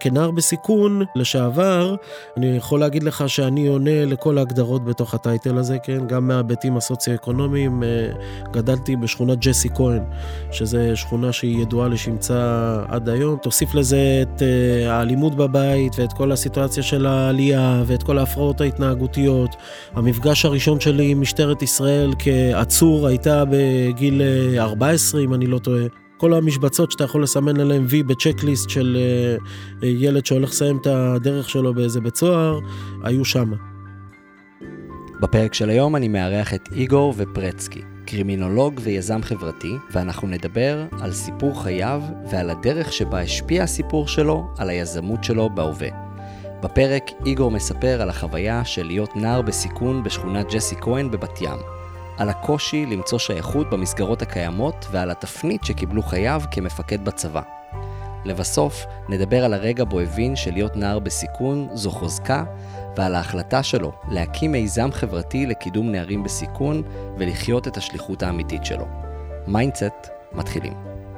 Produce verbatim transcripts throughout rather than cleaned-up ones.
כנער בסיכון לשעבר, אני יכול להגיד לך שאני עונה לכל ההגדרות בתוך הטייטל הזה, כן? גם מהביתים הסוציו-אקונומיים, גדלתי בשכונת ג'סי כהן, שזה שכונה שהיא ידועה לשמצה עד היום. תוסיף לזה את האלימות בבית, ואת כל הסיטואציה של העלייה, ואת כל ההפרעות ההתנהגותיות. המפגש הראשון שלי עם משטרת ישראל כעצור הייתה בגיל ארבע עשרה, אם אני לא טועה. כל המשבצות שאתה יכול לסמן עליהם וי בצ'קליסט של ילד שהולך לסיים את הדרך שלו באיזה בית סוהר, היו שם. בפרק של היום אני מארח את איגור ופרצקי, קרימינולוג ויזם חברתי, ואנחנו נדבר על סיפור חייו ועל הדרך שבה השפיע הסיפור שלו על היזמות שלו בהווה. בפרק איגור מספר על החוויה של להיות נער בסיכון בשכונת ג'סי כהן בבת ים, על הקושי למצוא שייכות במסגרות הקיימות ועל התפנית שקיבלו חייו כמפקד בצבא. לבסוף, נדבר על הרגע בו הבין שלהיות נער בסיכון זו חוזקה, ועל ההחלטה שלו להקים מיזם חברתי לקידום נערים בסיכון ולחיות את השליחות האמיתית שלו. מיינדסט, מתחילים.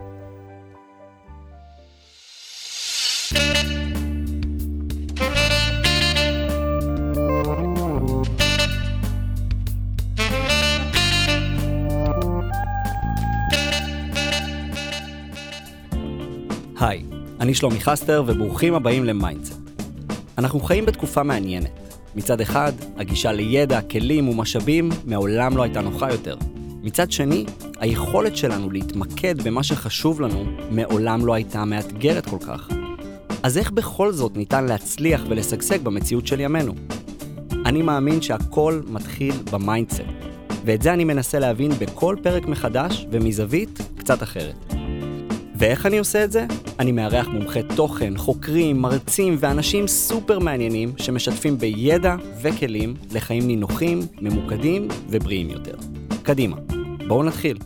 היי, אני שלומי חסטר וברוכים הבאים למיינדסט. אנחנו חיים בתקופה מעניינת. מצד אחד, הגישה לידע, כלים ומשאבים מעולם לא הייתה נוחה יותר. מצד שני, היכולת שלנו להתמקד במה שחשוב לנו מעולם לא הייתה מאתגרת כל כך. אז איך בכל זאת ניתן להצליח ולשגשג במציאות של ימינו? אני מאמין שהכל מתחיל במיינדסט, ואת זה אני מנסה להבין בכל פרק מחדש ומזווית קצת אחרת. ואיך אני עושה את זה? אני מארח מומחי תוכן, חוקרים, מרצים ואנשים סופר מעניינים שמשתפים בידע וכלים לחיים נינוחים, ממוקדים ובריאים יותר. קדימה, בואו נתחיל.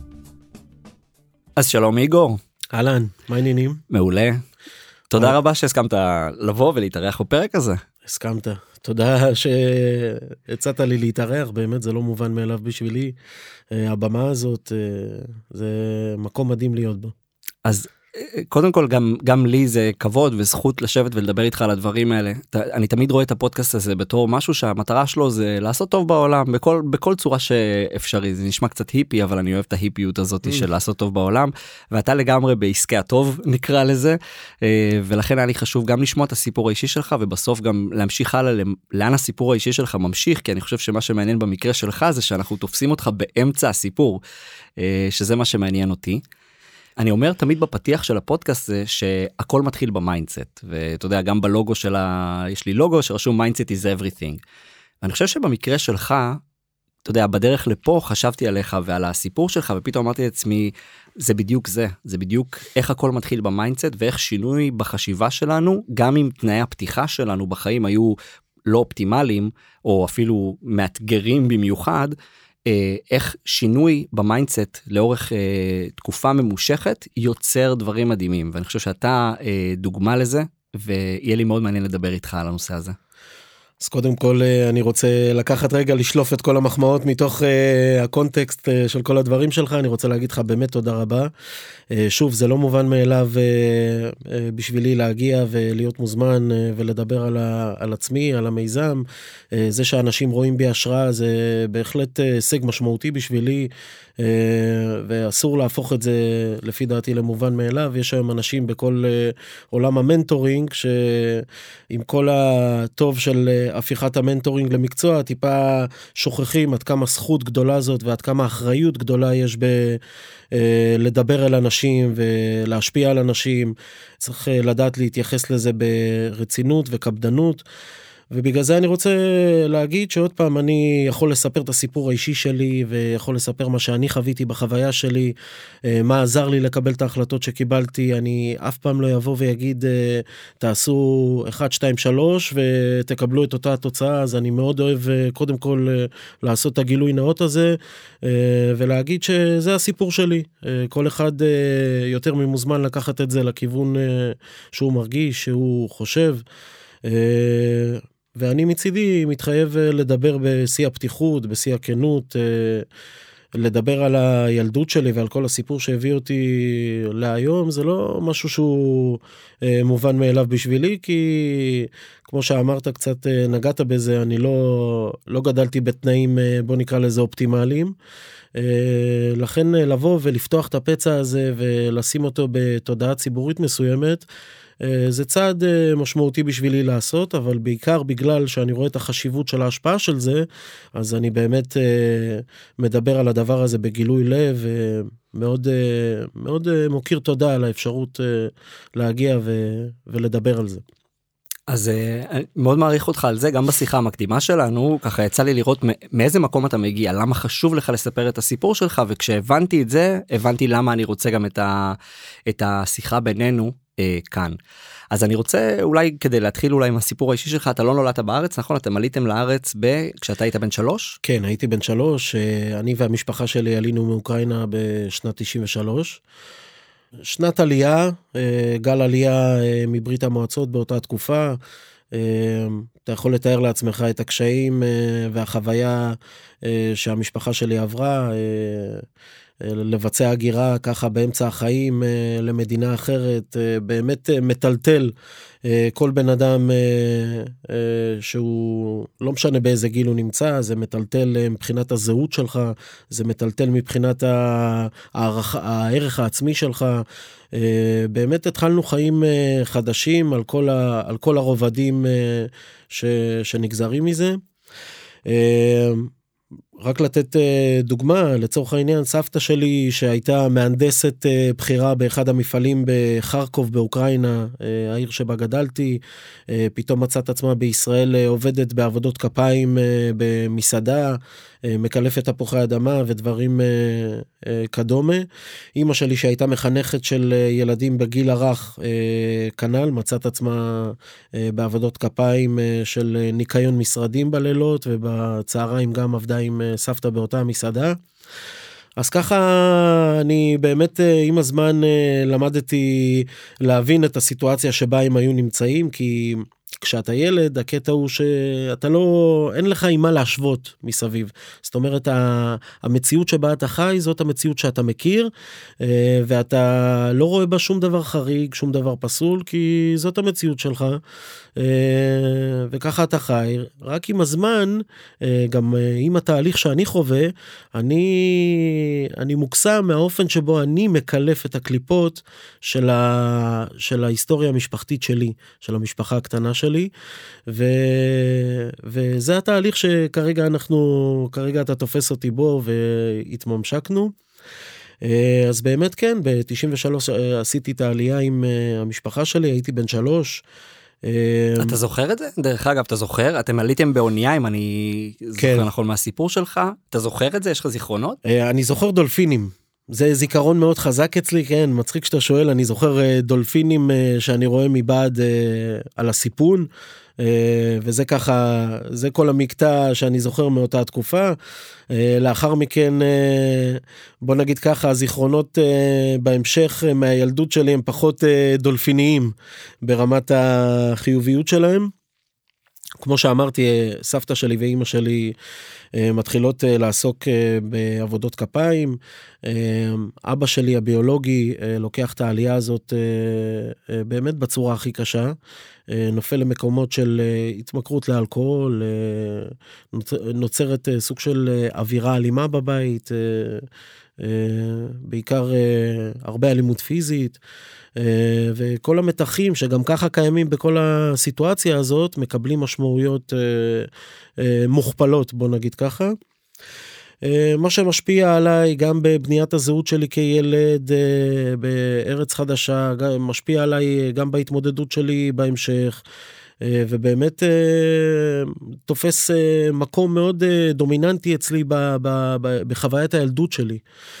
אז שלום איגור. אהלן, מה העניינים? מעולה. תודה רבה שהסכמת לבוא ולהתארח בפרק הזה. הסכמת. תודה שהצעת לי להתארח, באמת זה לא מובן מאליו בשבילי. הבמה הזאת, זה מקום מדהים להיות בו. אז קודם כל גם, גם לי זה כבוד וזכות לשבת ולדבר איתך על הדברים האלה. אני תמיד רואה את הפודקאסט הזה בתור משהו שהמטרה שלו זה לעשות טוב בעולם, בכל, בכל צורה שאפשרי. זה נשמע קצת היפי, אבל אני אוהב את ההיפיות הזאת של לעשות טוב בעולם, ואתה לגמרי בעסקי הטוב נקרא לזה, ולכן היה לי חשוב גם לשמוע את הסיפור האישי שלך, ובסוף גם להמשיך הלאה לאן הסיפור האישי שלך ממשיך, כי אני חושב שמה שמעניין במקרה שלך זה שאנחנו תופסים אותך באמצע הסיפור, שזה מה שמעניין אותי. אני אומר תמיד בפתיח של הפודקאסט זה שהכל מתחיל במיינדסט, ואתה יודע, גם בלוגו של ה... יש לי לוגו שרשום Mindset is everything. ואני חושב שבמקרה שלך, אתה יודע, בדרך לפה חשבתי עליך ועל הסיפור שלך, ופתאום אמרתי לעצמי, זה בדיוק זה, זה בדיוק איך הכל מתחיל במיינדסט, ואיך שינוי בחשיבה שלנו, גם אם תנאי הפתיחה שלנו בחיים היו לא אופטימליים, או אפילו מאתגרים במיוחד, איך שינוי במיינדסט לאורך תקופה ממושכת יוצר דברים מדהימים, ואני חושב שאתה דוגמה לזה, ויהיה לי מאוד מעניין לדבר איתך על הנושא הזה. אז קודם כל אני רוצה לקחת רגע לשלוף את כל המחמאות מתוך הקונטקסט של כל הדברים שלך. אני רוצה להגיד לך באמת תודה רבה. שוב, זה לא מובן מאליו בשבילי להגיע ולהיות מוזמן ולדבר על, ה, על עצמי, על המיזם. זה שאנשים רואים בי השראה זה בהחלט הישג משמעותי בשבילי, ואסור להפוך את זה לפי דעתי למובן מאליו. יש היום אנשים בכל עולם המנטורינג שעם כל הטוב של הפיכת המנטורינג למקצוע טיפה שוכחים עד כמה זכות גדולה זאת ועד כמה אחריות גדולה יש ב לדבר אל אנשים ולהשפיע על אנשים. צריך לדעת להתייחס לזה ברצינות וקפדנות, ובגלל זה אני רוצה להגיד שעוד פעם אני יכול לספר את הסיפור האישי שלי, ויכול לספר מה שאני חוויתי בחוויה שלי, מה עזר לי לקבל את ההחלטות שקיבלתי. אני אף פעם לא יבוא ויגיד, תעשו אחת, שתיים, שלוש, ותקבלו את אותה התוצאה. אז אני מאוד אוהב קודם כל לעשות את הגילוי נאות הזה, ולהגיד שזה הסיפור שלי. כל אחד יותר ממוזמן לקחת את זה לכיוון שהוא מרגיש, שהוא חושב, ואני מצידי מתחייב לדבר בשיא הפתיחות, בשיא הכנות, לדבר על הילדות שלי ועל כל הסיפור שהביא אותי להיום, זה לא משהו שהוא מובן מאליו בשבילי, כי כמו שאמרת, קצת נגעת בזה, אני לא, לא גדלתי בתנאים, בוא נקרא לזה אופטימליים, לכן לבוא ולפתוח את הפצע הזה ולשים אותו בתודעה ציבורית מסוימת, זה צעד משמעותי בשבילי לעשות, אבל בעיקר בגלל שאני רואה את החשיבות של ההשפעה של זה, אז אני באמת מדבר על הדבר הזה בגילוי לב, ומאוד מאוד מוקיר תודה על האפשרות להגיע ולדבר על זה. אז אני מאוד מעריך אותך על זה, גם בשיחה המקדימה שלנו, ככה יצא לי לראות מאיזה מקום אתה מגיע, למה חשוב לך לספר את הסיפור שלך, וכשהבנתי את זה, הבנתי למה אני רוצה גם את, ה, את השיחה בינינו אה, כאן. אז אני רוצה אולי כדי להתחיל אולי עם הסיפור האישי שלך, אתה לא נולדת בארץ, נכון? אתם עליתם לארץ ב... כשאתה היית בן שלוש? כן, הייתי בן שלוש, אני והמשפחה שלי עלינו מאוקראינה בשנת תשעים ושלוש, שנת עלייה, גל עלייה מברית המועצות באותה תקופה, אתה יכול לתאר לעצמך את הקשיים והחוויה שהמשפחה שלי עברה, לבצע הגירה ככה באמצע החיים למדינה אחרת, באמת מטלטל כל בן אדם שהוא לא משנה באיזה גיל הוא נמצא, זה מטלטל מבחינת הזהות שלך, זה מטלטל מבחינת הערך, הערך העצמי שלך, באמת התחלנו חיים חדשים על כל, ה, על כל הרובדים ש, שנגזרים מזה. רק לתת דוגמה, לצורך העניין, סבתא שלי שהייתה מהנדסת בחירה באחד המפעלים בחרקוב באוקראינה, העיר שבה גדלתי, פתאום מצאת עצמה בישראל עובדת בעבודות כפיים במסעדה, מקלפת תפוחי אדמה ודברים כדומה. אמא שלי שהייתה מחנכת של ילדים בגיל הרך, כנ"ל, מצאת עצמה בעבודות כפיים של ניקיון משרדים בלילות, ובצהריים גם עבדה עם סבתא באותה מסעדה. אז ככה אני באמת עם הזמן למדתי להבין את הסיטואציה שבה הם היו נמצאים, כי כשאתה ילד, הקטע הוא שאתה לא, אין לך עם מה להשוות מסביב. זאת אומרת, המציאות שבה אתה חי, זאת המציאות שאתה מכיר, ואתה לא רואה בה שום דבר חריג, שום דבר פסול, כי זאת המציאות שלך, וככה אתה חי. רק עם הזמן, גם עם התהליך שאני חווה, אני, אני מוקסם מהאופן שבו אני מקלף את הקליפות של, ה, של ההיסטוריה המשפחתית שלי, של המשפחה הקטנה שלי, ו, וזה התהליך שכרגע אנחנו, כרגע אתה תופס אותי בו והתממשקנו. אז באמת כן, ב-תשעים ושלוש עשיתי את העלייה עם המשפחה שלי, הייתי בן שלוש. אתה זוכר את זה? דרך אגב, אתה זוכר? אתם עליתם באונייה, אם אני זוכר נכון מהסיפור שלך. אתה זוכר את זה? יש לך זיכרונות? אני זוכר דולפינים. זה זיכרון מאוד חזק אצלי, כן, מצחיק שאתה שואל, אני זוכר דולפינים שאני רואה מבעד על הסיפון, וזה ככה, זה כל המקטע שאני זוכר מאותה תקופה. לאחר מכן, בוא נגיד ככה, הזיכרונות בהמשך מהילדות שלי הם פחות דולפיניים ברמת החיוביות שלהם. כמו שאמרתי, סבתא שלי ואימא שלי מתחילות לעסוק בעבודות כפיים. אבא שלי הביולוגי לוקח את העלייה הזאת באמת בצורה הכי קשה, נופל למקומות של התמכרות לאלכוהול, נוצרת סוג של אווירה אלימה בבית, בעיקר הרבה אלימות פיזית, וכל המתחים שגם ככה קיימים בכל הסיטואציה הזאת, מקבלים משמעויות מוכפלות, בוא נגיד ככה. מה שמשפיע עליי גם בבניית הזהות שלי כילד בארץ חדשה, משפיע עליי גם בהתמודדות שלי בהמשך, ובאמת תופס מקום מאוד דומיננטי אצלי בחוויית הילדות שלי.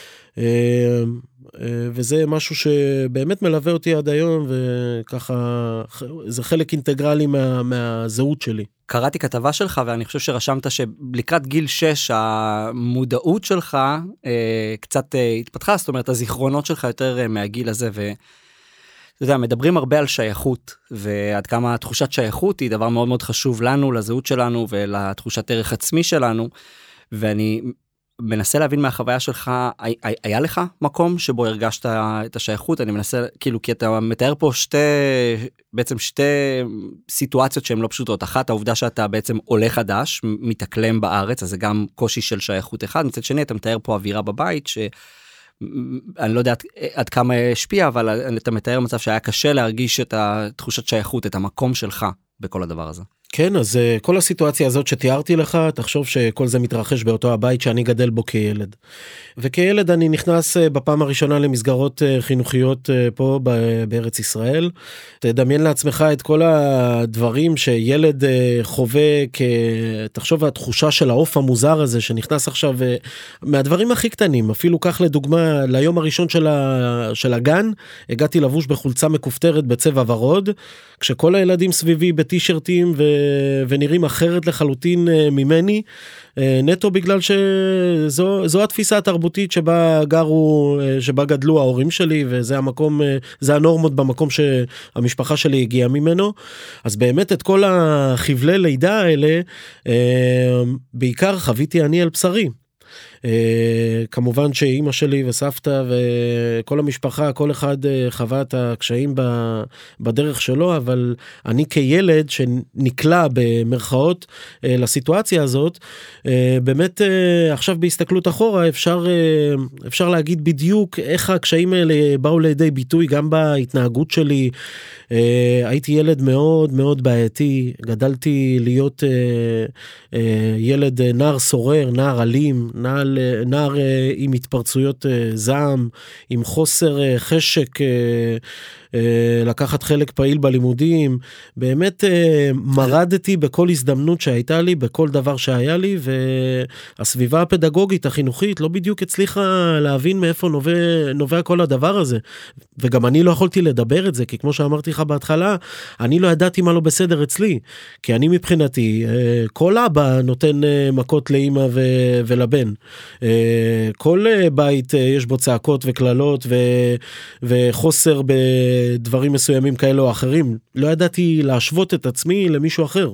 וזה משהו שבאמת מלווה אותי עד היום, וככה זה חלק אינטגרלי מה, מהזהות שלי. קראתי כתבה שלך ואני חושב שרשמת שלקראת גיל שש המודעות שלך אה, קצת אה, התפתחה, זאת אומרת הזיכרונות שלך יותר אה, מהגיל הזה, ואתה יודע, מדברים הרבה על שייכות, ועד כמה תחושת שייכות היא דבר מאוד מאוד חשוב לנו, לזהות שלנו ולתחושת ערך עצמי שלנו, ואני מנסה להבין מהחוויה שלך, היה לך מקום שבו הרגשת את השייכות? אני מנסה, כאילו, כי אתה מתאר פה שתי, בעצם שתי סיטואציות שהן לא פשוטות. אחת, העובדה שאתה בעצם עולה חדש, מתאקלם בארץ, אז זה גם קושי של שייכות אחד. מצד שני, אתה מתאר פה אווירה בבית, ש... אני לא יודע עד כמה השפיע, אבל אתה מתאר מצב שהיה קשה להרגיש את התחושת שייכות, את המקום שלך בכל הדבר הזה. כן, אז כל הסיטואציה הזאת שתיארתי לך, תחשוב שכל זה מתרחש באותו הבית שאני גדל בו כילד. וכילד אני נכנס בפעם הראשונה למסגרות חינוכיות פה בארץ ישראל. תדמיין לעצמך את כל הדברים שילד חווה, תחשוב התחושה של העוף המוזר הזה שנכנס עכשיו מהדברים הכי קטנים. אפילו כך לדוגמה, ליום הראשון של, ה, של הגן, הגעתי לבוש בחולצה מקופטרת בצבע ורוד, כשכל הילדים סביבי בטישרטים ו... ונראים אחרת לחלוטין ממני, נטו בגלל שזו זו התפיסה התרבותית שבה גרו, שבה גדלו ההורים שלי, וזה המקום, זה הנורמות במקום שהמשפחה שלי הגיעה ממנו. אז באמת את כל החבלי לידה האלה, בעיקר חוויתי אני על בשרי. Uh, כמובן שאימא שלי וסבתא וכל המשפחה, כל אחד uh, חווה את הקשיים ב, בדרך שלו, אבל אני כילד שנקלע במרכאות uh, לסיטואציה הזאת, uh, באמת uh, עכשיו בהסתכלות אחורה אפשר, uh, אפשר להגיד בדיוק איך הקשיים האלה באו לידי ביטוי גם בהתנהגות שלי. Uh, הייתי ילד מאוד מאוד בעייתי, גדלתי להיות uh, uh, ילד uh, נער סורר, נער אלים, נער, נער uh, עם התפרצויות uh, זעם, עם חוסר uh, חשק uh, uh, לקחת חלק פעיל בלימודים. באמת uh, מרדתי בכל הזדמנות שהייתה לי, בכל דבר שהיה לי, והסביבה הפדגוגית החינוכית לא בדיוק הצליחה להבין מאיפה נובע, נובע כל הדבר הזה. וגם אני לא יכולתי לדבר את זה, כי כמו שאמרתי לך בהתחלה, אני לא ידעתי מה לא בסדר אצלי, כי אני מבחינתי, כל אבא נותן מכות לאמא ו- ולבן, כל בית יש בו צעקות וכללות ו- וחוסר בדברים מסוימים כאלה או אחרים, לא ידעתי להשוות את עצמי למישהו אחר.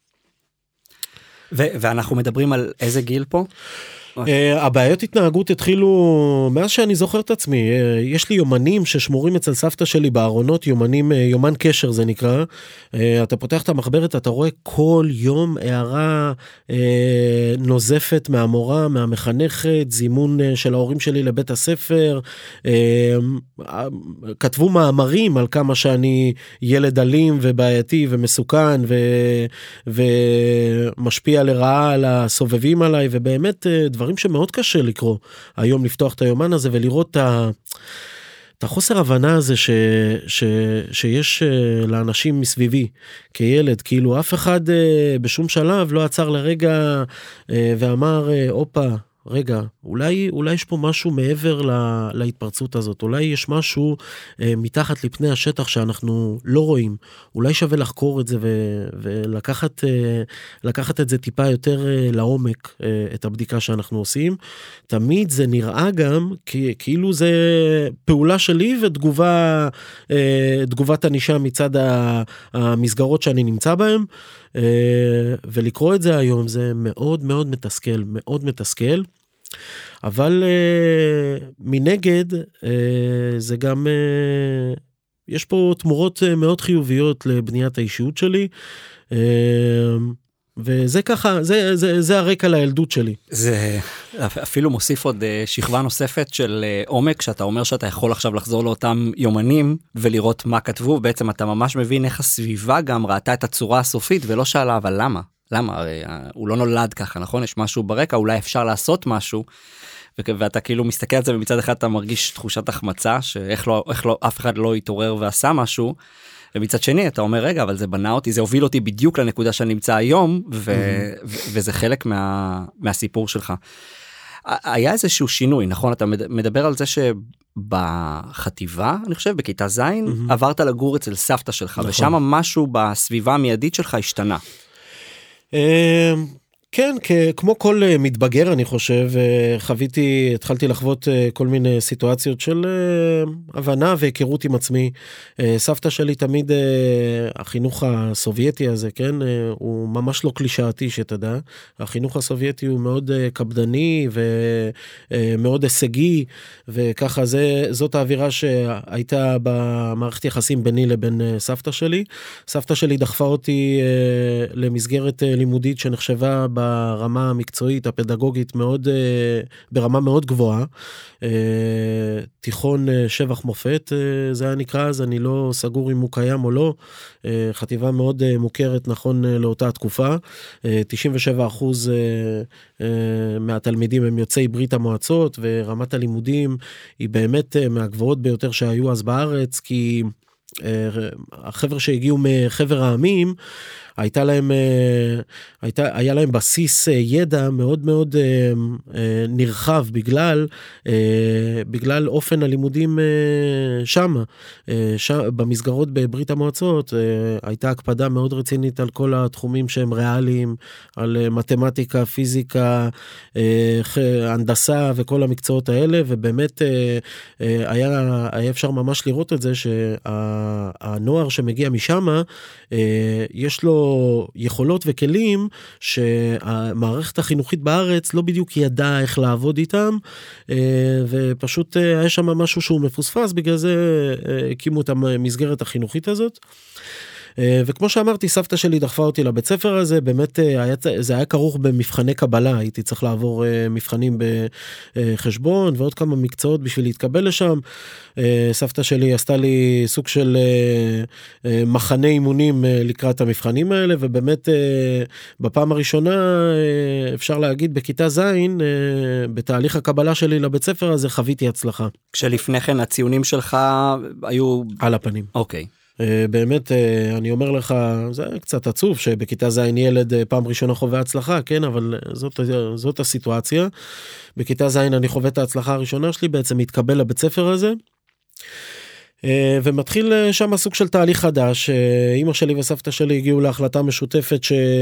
ו- ואנחנו מדברים על איזה גיל פה? הבעיות התנהגות התחילו מאז שאני זוכר את עצמי. יש לי יומנים ששמורים אצל סבתא שלי בארונות, יומנים, יומן קשר זה נקרא. אתה פותח את המחברת, אתה רואה כל יום הערה נוזפת מהמורה, מהמחנכת, זימון של ההורים שלי לבית הספר, כתבו מאמרים על כמה שאני ילד אלים ובעייתי ומסוכן ו... ומשפיע לרעה על הסובבים עליי, ובאמת דברים דברים שמאוד קשה לקרוא היום, לפתוח את היומן הזה ולראות את, ה, את החוסר הבנה הזה ש, ש, שיש לאנשים מסביבי כילד, כאילו אף אחד בשום שלב לא עצר לרגע ואמר, אופה, רגע, אולי, אולי יש פה משהו מעבר לה, להתפרצות הזאת, אולי יש משהו אה, מתחת לפני השטח שאנחנו לא רואים, אולי שווה לחקור את זה ו, ולקחת אה, לקחת את זה טיפה יותר אה, לעומק, אה, את הבדיקה שאנחנו עושים. תמיד זה נראה גם כי, כאילו זה פעולה שלי ותגובה, אה, תגובת ענישה מצד המסגרות שאני נמצא בהם, אה, ולקרוא את זה היום זה מאוד מאוד מתסכל, מאוד מתסכל. אבל uh, מנגד uh, זה גם uh, יש פה תמורות uh, מאוד חיוביות לבניית האישיות שלי, uh, וזה ככה, זה, זה, זה הרקע לילדות שלי. זה אפילו מוסיף עוד שכבה נוספת של עומק, שאתה אומר שאתה יכול עכשיו לחזור לאותם יומנים ולראות מה כתבו, בעצם אתה ממש מבין איך הסביבה גם ראתה את הצורה הסופית ולא שאלה, אבל למה? למה? הרי הוא לא נולד ככה, נכון? יש משהו ברקע, אולי אפשר לעשות משהו, ואתה כאילו מסתכל על זה, ומצד אחד אתה מרגיש תחושת החמצה, שאיך לא, איך לא, אף אחד לא התעורר ועשה משהו, ומצד שני אתה אומר, רגע, אבל זה בנה אותי, זה הוביל אותי בדיוק לנקודה שאני נמצא היום, ו- ו- וזה חלק מה- מהסיפור שלך. היה איזשהו שינוי, נכון? אתה מדבר על זה שבחטיבה, אני חושב, בכיתה זין, עברת לגור אצל סבתא שלך, ושם משהו בסביבה המיידית שלך השתנה. כן, כמו כל מתבגר אני חושב, חוויתי, התחלתי לחוות כל מיני סיטואציות של הבנה והיכרות עם עצמי. סבתא שלי תמיד, החינוך הסובייטי הזה, כן, הוא ממש לא קלישאתי שתדע. החינוך הסובייטי הוא מאוד קפדני ומאוד הישגי, וככה זה, זאת האווירה שהייתה במערכת יחסים ביני לבין סבתא שלי. סבתא שלי דחפה אותי למסגרת לימודית שנחשבה ברמה המקצועית, הפדגוגית, מאוד, ברמה מאוד גבוהה. תיכון שבח מופת, זה היה נקרא, אז אני לא סגור אם הוא קיים או לא. חטיבה מאוד מוכרת נכון לאותה תקופה. תשעים ושבעה אחוז מהתלמידים הם יוצאי ברית המועצות, ורמת הלימודים היא באמת מהגבוהות ביותר שהיו אז בארץ, כי החבר'ה שהגיעו מחבר העמים, הייתה להם, הייתה, היה להם בסיס ידע מאוד מאוד נרחב בגלל, בגלל אופן הלימודים שם, שם במסגרות בברית המועצות, הייתה הקפדה מאוד רצינית על כל התחומים שהם ריאליים, על מתמטיקה, פיזיקה, הנדסה וכל המקצועות האלה, ובאמת היה, היה אפשר ממש לראות את זה שהנוער שמגיע משם, יש לו יכולות וכלים שהמערכת החינוכית בארץ לא בדיוק ידעה איך לעבוד איתם, ופשוט היה שם משהו שהוא מפוספס, בגלל זה הקימו את המסגרת החינוכית הזאת. וכמו שאמרתי, סבתא שלי דחפה אותי לבית ספר הזה, באמת היה, זה היה כרוך במבחני קבלה, הייתי צריך לעבור מבחנים בחשבון ועוד כמה מקצועות בשביל להתקבל לשם. סבתא שלי עשתה לי סוג של מחנה אימונים לקראת המבחנים האלה, ובאמת בפעם הראשונה, אפשר להגיד בכיתה זין, בתהליך הקבלה שלי לבית ספר הזה חוויתי הצלחה. כשלפני כן הציונים שלך היו... על הפנים. אוקיי. באמת, אני אומר לך, זה קצת עצוב שבכיתה זין ילד פעם ראשונה חווה הצלחה, כן, אבל זאת, זאת הסיטואציה. בכיתה זין אני חווה את ההצלחה הראשונה שלי, בעצם מתקבל לבית ספר הזה, ומתחיל שם סוג של תהליך חדש. אמא שלי וסבתא שלי הגיעו להחלטה משותפת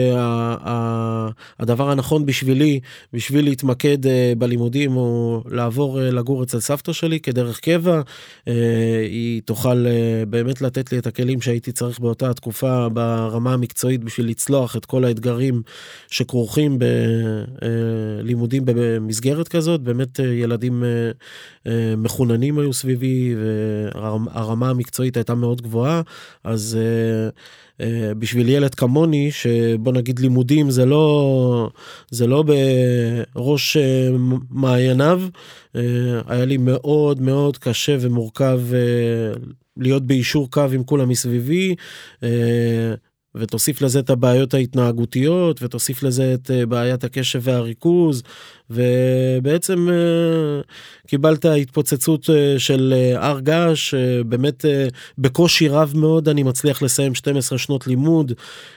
שהדבר הנכון בשבילי, בשביל להתמקד בלימודים, הוא לעבור לגור אצל סבתא שלי כדרך קבע. היא תוכל באמת לתת לי את הכלים שהייתי צריך באותה התקופה ברמה המקצועית בשביל לצלוח את כל האתגרים שכרוכים בלימודים במסגרת כזאת. באמת ילדים מחוננים היו סביבי, והרמה המקצועית הייתה מאוד גבוהה, אז uh, uh, בשביל ילד כמוני, שבוא נגיד לימודים זה לא, זה לא בראש uh, מעייניו, uh, היה לי מאוד מאוד קשה ומורכב uh, להיות באישור קו עם כולם מסביבי, uh, ותוסיף לזה את הבעיות ההתנהגותיות, ותוסיף לזה את בעיית הקשב והריכוז, ובעצם קיבלת התפוצצות של הר געש, באמת בקושי רב מאוד אני מצליח לסיים שתים עשרה שנות לימוד,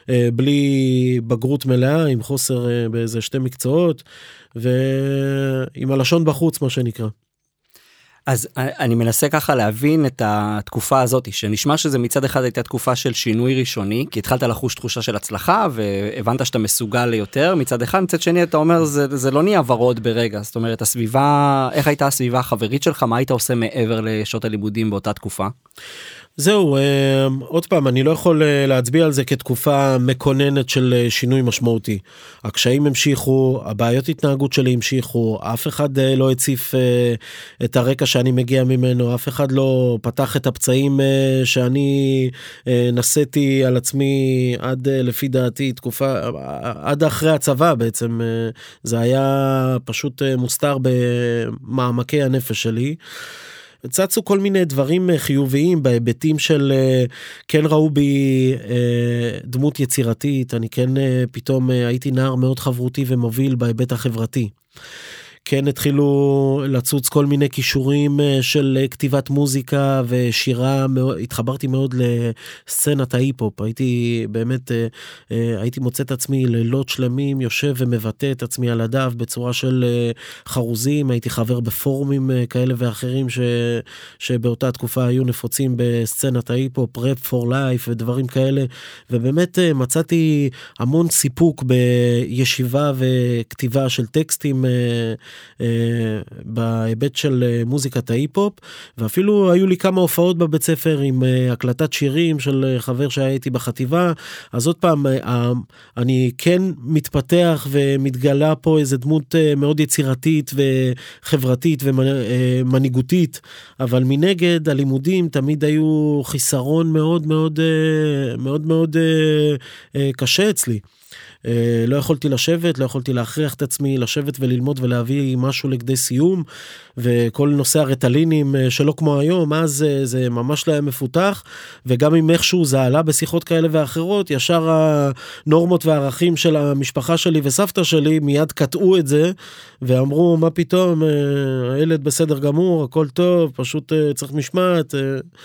בלי בגרות מלאה, עם חוסר באיזה שתי מקצועות, ועם הלשון בחוץ מה שנקרא. אז אני מנסה ככה להבין את התקופה הזאת, שנשמע שזה מצד אחד הייתה תקופה של שינוי ראשוני, כי התחלת לחוש תחושה של הצלחה, והבנת שאתה מסוגל ליותר, מצד אחד, מצד שני אתה אומר, זה, זה לא נהיה ורוד ברגע, זאת אומרת, הסביבה, איך הייתה הסביבה החברית שלך, מה היית עושה מעבר לשעות הלימודים באותה תקופה? זהו, עוד פעם, אני לא יכול להצביע על זה כתקופה מקוננת של שינוי משמעותי. הקשיים המשיכו, הבעיות התנהגות שלי המשיכו, אף אחד לא הציף את הרקע שאני מגיע ממנו, אף אחד לא פתח את הפצעים שאני נשאתי על עצמי עד לפי דעתי תקופה, עד אחרי הצבא בעצם, זה היה פשוט מוסתר במעמקי הנפש שלי. צצו כל מיני דברים חיוביים בהיבטים של כן ראו בי דמות יצירתית, אני כן פתאום הייתי נער מאוד חברותי ומוביל בהיבט החברתי. כן התחילו לצוץ כל מיני כישורים של כתיבת מוזיקה ושירה, התחברתי מאוד לסצנת ההיפ-הופ, הייתי באמת, הייתי מוצא את עצמי לילות שלמים, יושב ומבטא את עצמי על הדף בצורה של חרוזים, הייתי חבר בפורומים כאלה ואחרים ש, שבאותה תקופה היו נפוצים בסצנת ההיפ-הופ, Rap for Life ודברים כאלה, ובאמת מצאתי המון סיפוק בישיבה וכתיבה של טקסטים בהיבט של מוזיקת ההיפ-הופ, ואפילו היו לי כמה הופעות בבית ספר עם הקלטת שירים של חבר שהייתי בחטיבה, אז עוד פעם, אני כן מתפתח ומתגלה פה איזו דמות מאוד יצירתית וחברתית ומנהיגותית, אבל מנגד הלימודים תמיד היו חיסרון מאוד מאוד מאוד מאוד קשה אצלי. לא יכולתי לשבת, לא יכולתי להכריח את עצמי לשבת וללמוד ולהביא משהו לכדי סיום, וכל נושא הרטלינים שלא כמו היום, אז זה ממש לא היה מפותח, וגם אם איכשהו זה עלה בשיחות כאלה ואחרות, ישר הנורמות והערכים של המשפחה שלי וסבתא שלי מיד קטעו את זה, ואמרו מה פתאום, הילד בסדר גמור, הכל טוב, פשוט צריך משמעת,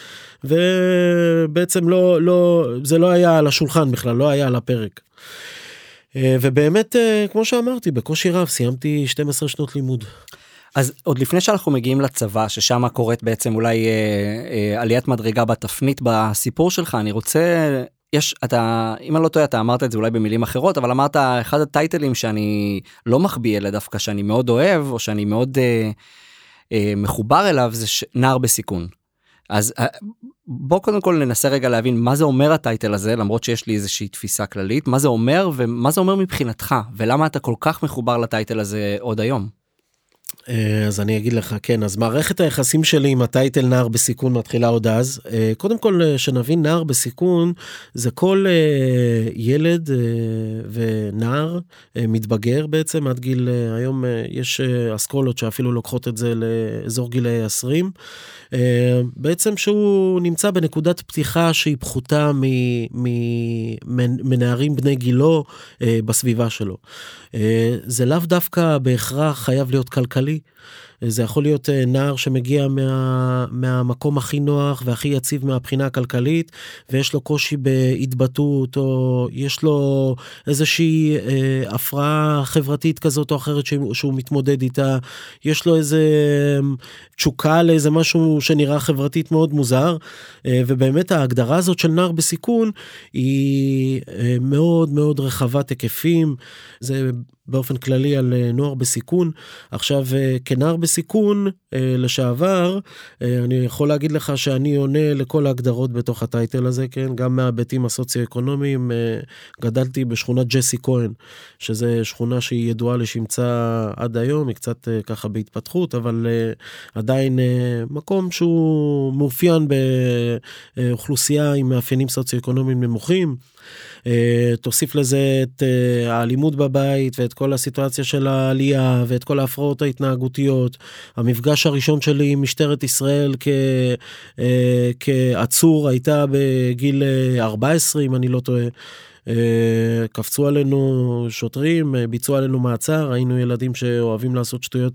ובעצם לא, לא, זה לא היה על השולחן בכלל, לא היה על הפרק. ובאמת, כמו שאמרתי, בקושי רב, סיימתי שתים עשרה שנות לימוד. אז עוד לפני שאנחנו מגיעים לצבא, ששם קורית בעצם אולי אה, אה, עליית מדרגה בתפנית בסיפור שלך, אני רוצה, יש, אתה, אם אני לא טועה, אתה אמרת את זה אולי במילים אחרות, אבל אמרת, אחד הטייטלים שאני לא מחביא אלה דווקא, שאני מאוד אוהב, או שאני מאוד אה, אה, מחובר אליו, זה ש... נער בסיכון. אז בוא קודם כל ננסה רגע להבין מה זה אומר הטייטל הזה, למרות שיש לי איזושהי תפיסה כללית, מה זה אומר ומה זה אומר מבחינתך, ולמה אתה כל כך מחובר לטייטל הזה עוד היום? אז אני אגיד לך, כן, אז מערכת היחסים שלי עם הטייטל נער בסיכון מתחילה עוד אז. קודם כל, שנבין, נער בסיכון זה כל ילד ונער מתבגר בעצם, עד גיל, היום יש אסכולות שאפילו לוקחות את זה לאזור גילי עשרים, בעצם שהוא נמצא בנקודת פתיחה שהיא פחותה מנערים בני גילו בסביבה שלו. זה לאו דווקא בהכרח חייב להיות כלכלי, זה יכול להיות נער שמגיע מה, מהמקום הכי נוח והכי יציב מהבחינה הכלכלית, ויש לו קושי בהתבטאות, או יש לו איזושהי אה, הפרעה חברתית כזאת או אחרת שהוא, שהוא מתמודד איתה, יש לו איזה תשוקה לאיזה משהו שנראה חברתית מאוד מוזר, אה, ובאמת ההגדרה הזאת של נער בסיכון היא אה, מאוד מאוד רחבת היקפים, זה באופן כללי על נוער בסיכון. עכשיו, כנער בסיכון לשעבר, אני יכול להגיד לך שאני עונה לכל ההגדרות בתוך הטייטל הזה, כן? גם מהביתים הסוציו-אקונומיים, גדלתי בשכונת ג'סי כהן, שזה שכונה שהיא ידועה לשמצה עד היום, היא קצת ככה בהתפתחות, אבל עדיין מקום שהוא מאופיין באוכלוסייה עם מאפיינים סוציו-אקונומיים נמוכים, תוסיף לזה את האלימות בבית ואת כל הסיטואציה של העלייה ואת כל ההפרעות ההתנהגותיות. המפגש הראשון שלי עם משטרת ישראל כ, כעצור הייתה בגיל ארבע עשרה, אם אני לא טועה. קפצו עלינו שוטרים, ביצעו עלינו מעצר, היינו ילדים שאוהבים לעשות שטויות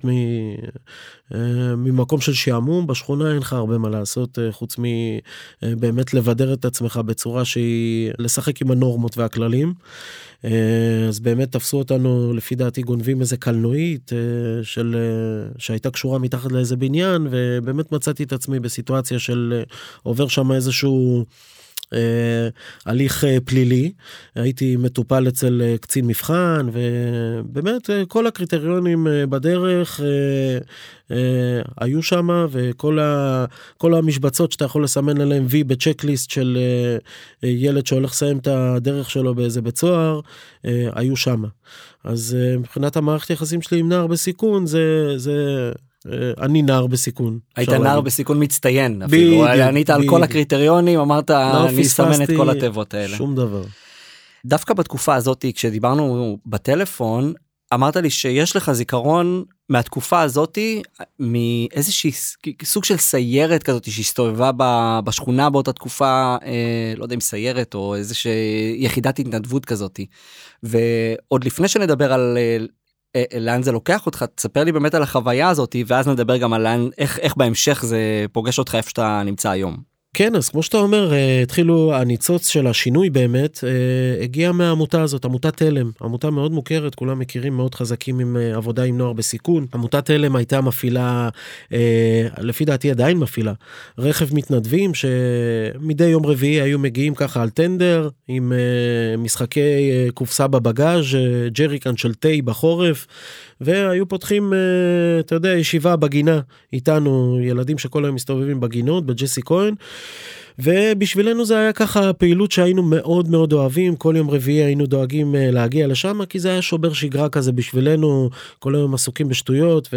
ממקום של שעמום, בשכונה אין לך הרבה מה לעשות, חוץ מבאמת לבדר את עצמך בצורה שהיא לשחק עם הנורמות והכללים. אז באמת תפסו אותנו, לפי דעתי גונבים איזה קלנועית של, שהייתה קשורה מתחת לאיזה בניין, ובאמת מצאתי את עצמי בסיטואציה של עובר שם איזשהו הליך פלילי, הייתי מטופל אצל קצין מבחן, ובאמת כל הקריטריונים בדרך היו שם, וכל ה, כל המשבצות שאתה יכול לסמן עליהם וי בצ'קליסט של ילד שהולך לסיים את הדרך שלו באיזה בית סוהר, היו שם. אז מבחינת המערכת יחסים שלי עם נער בסיכון, זה... זה אני נער בסיכון. היית נער בסיכון מצטיין, אפילו ענית על כל הקריטריונים, אמרת אני אסמן את כל הטבות האלה. שום דבר. דווקא בתקופה הזאת, כשדיברנו בטלפון, אמרת לי שיש לך זיכרון מהתקופה הזאת, מאיזושהי סוג של סיירת כזאת שהסתובבה בשכונה באותה תקופה, לא יודע אם סיירת או איזושהי יחידת התנדבות כזאת. ועוד לפני שנדבר על לאן זה לוקח אותך, תספר לי באמת על החוויה הזאת, ואז נדבר גם על לאן, איך, איך בהמשך זה פוגש אותך איפה שאתה נמצא היום. כן, אז כמו שאתה אומר, התחילו הניצוץ של השינוי באמת, הגיע מהעמותה הזאת, עמותת תלם, עמותה מאוד מוכרת, כולם מכירים, מאוד חזקים עם עבודה עם נוער בסיכון. עמותת תלם הייתה מפעילה, לפי דעתי עדיין מפעילה, רכב מתנדבים שמדי יום רביעי היו מגיעים ככה על טנדר, עם משחקי קופסה בבגאז', ג'ריקן של תה בחורף, והיו פותחים, אתה יודע, ישיבה בגינה איתנו, ילדים שכל היום מסתובבים בגינות, בג'סי כהן, ובשבילנו זה היה ככה פעילות שהיינו מאוד מאוד אוהבים, כל יום רביעי היינו דואגים להגיע לשם, כי זה היה שובר שגרה כזה בשבילנו, כל היום עסוקים בשטויות,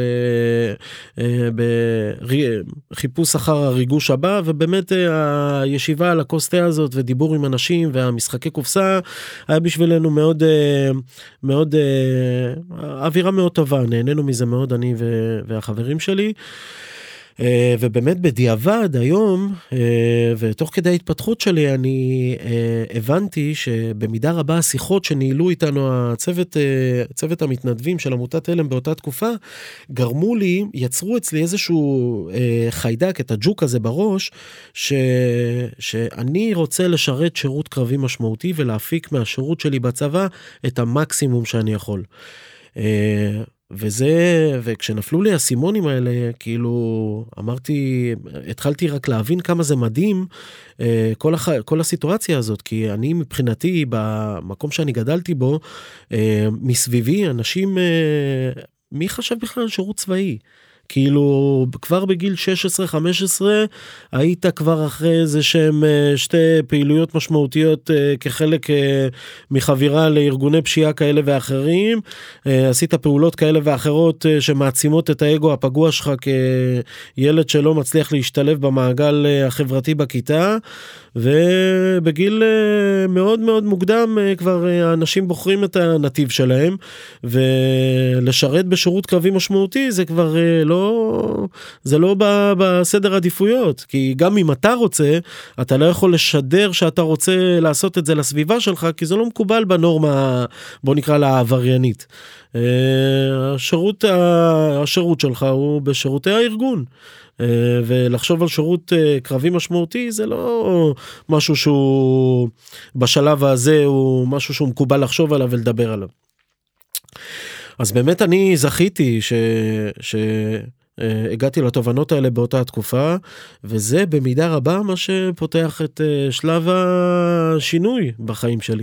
ובחיפוש אחר הריגוש הבא, ובאמת הישיבה על הקוסטה הזאת, ודיבור עם אנשים, והמשחקי קופסה, היה בשבילנו מאוד, מאוד, אווירה מאוד טובה, נהנינו מזה מאוד אני והחברים שלי, ובאמת בדיעבד היום, ותוך כדי ההתפתחות שלי, אני הבנתי שבמידה רבה השיחות שניהלו איתנו הצוות, צוות המתנדבים של עמותת תלם באותה תקופה, גרמו לי, יצרו אצלי איזשהו חיידק, את הג'וק הזה בראש, ש, שאני רוצה לשרת שירות קרבי משמעותי, ולהפיק מהשירות שלי בצבא את המקסימום שאני יכול. וזה, וכשנפלו לי הסימונים האלה, כאילו, אמרתי, התחלתי רק להבין כמה זה מדהים, כל, הח, כל הסיטואציה הזאת, כי אני מבחינתי, במקום שאני גדלתי בו, מסביבי, אנשים, מי חשב בכלל על שירות צבאי? כאילו, כבר בגיל שש עשרה חמש עשרה, היית כבר אחרי איזה שהם שתי פעילויות משמעותיות כחלק מחבירה לארגוני פשיעה כאלה ואחרים, עשית פעולות כאלה ואחרות שמעצימות את האגו הפגוע שלך כילד שלא מצליח להשתלב במעגל החברתי בכיתה, ובגיל מאוד מאוד מוקדם כבר האנשים בוחרים את הנתיב שלהם, ולשרת בשירות קרבי משמעותי זה כבר לא, זה לא בסדר עדיפויות, כי גם אם אתה רוצה, אתה לא יכול לשדר שאתה רוצה לעשות את זה לסביבה שלך, כי זה לא מקובל בנורמה, בוא נקרא לה עבריינית. השירות, השירות שלך הוא בשירותי הארגון. ולחשוב על שירות קרבי משמעותי זה לא משהו שהוא בשלב הזה הוא משהו שהוא מקובל לחשוב עליו ולדבר עליו. אז באמת אני זכיתי ש... ש... הגעתי לתובנות האלה באותה התקופה, וזה במידה רבה מה שפותח את שלב השינוי בחיים שלי.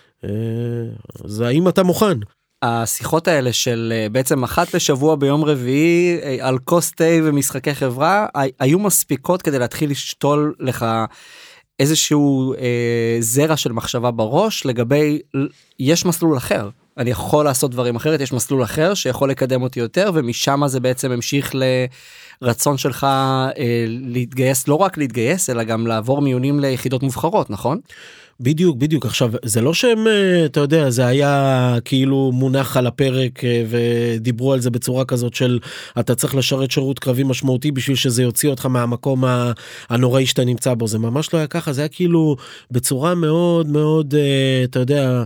אז האם אתה מוכן? השיחות האלה של בעצם אחת לשבוע ביום רביעי על כוס תה ומשחקי חברה, היו מספיקות כדי להתחיל לשתול לך איזשהו אה, זרע של מחשבה בראש לגבי, יש מסלול אחר. אני יכול לעשות דברים אחרת, יש מסלול אחר שיכול לקדם אותי יותר, ומשם זה בעצם המשיך לרצון שלך אה, להתגייס, לא רק להתגייס, אלא גם לעבור מיונים ליחידות מובחרות, נכון? בדיוק, בדיוק. עכשיו, זה לא שהם, אתה יודע, זה היה כאילו מונח על הפרק ודיברו על זה בצורה כזאת של אתה צריך לשרת שירות קרבי משמעותי בשביל שזה יוציא אותך מהמקום הנוראי שאתה נמצא בו. זה ממש לא היה ככה, זה היה כאילו בצורה מאוד מאוד, אתה יודע,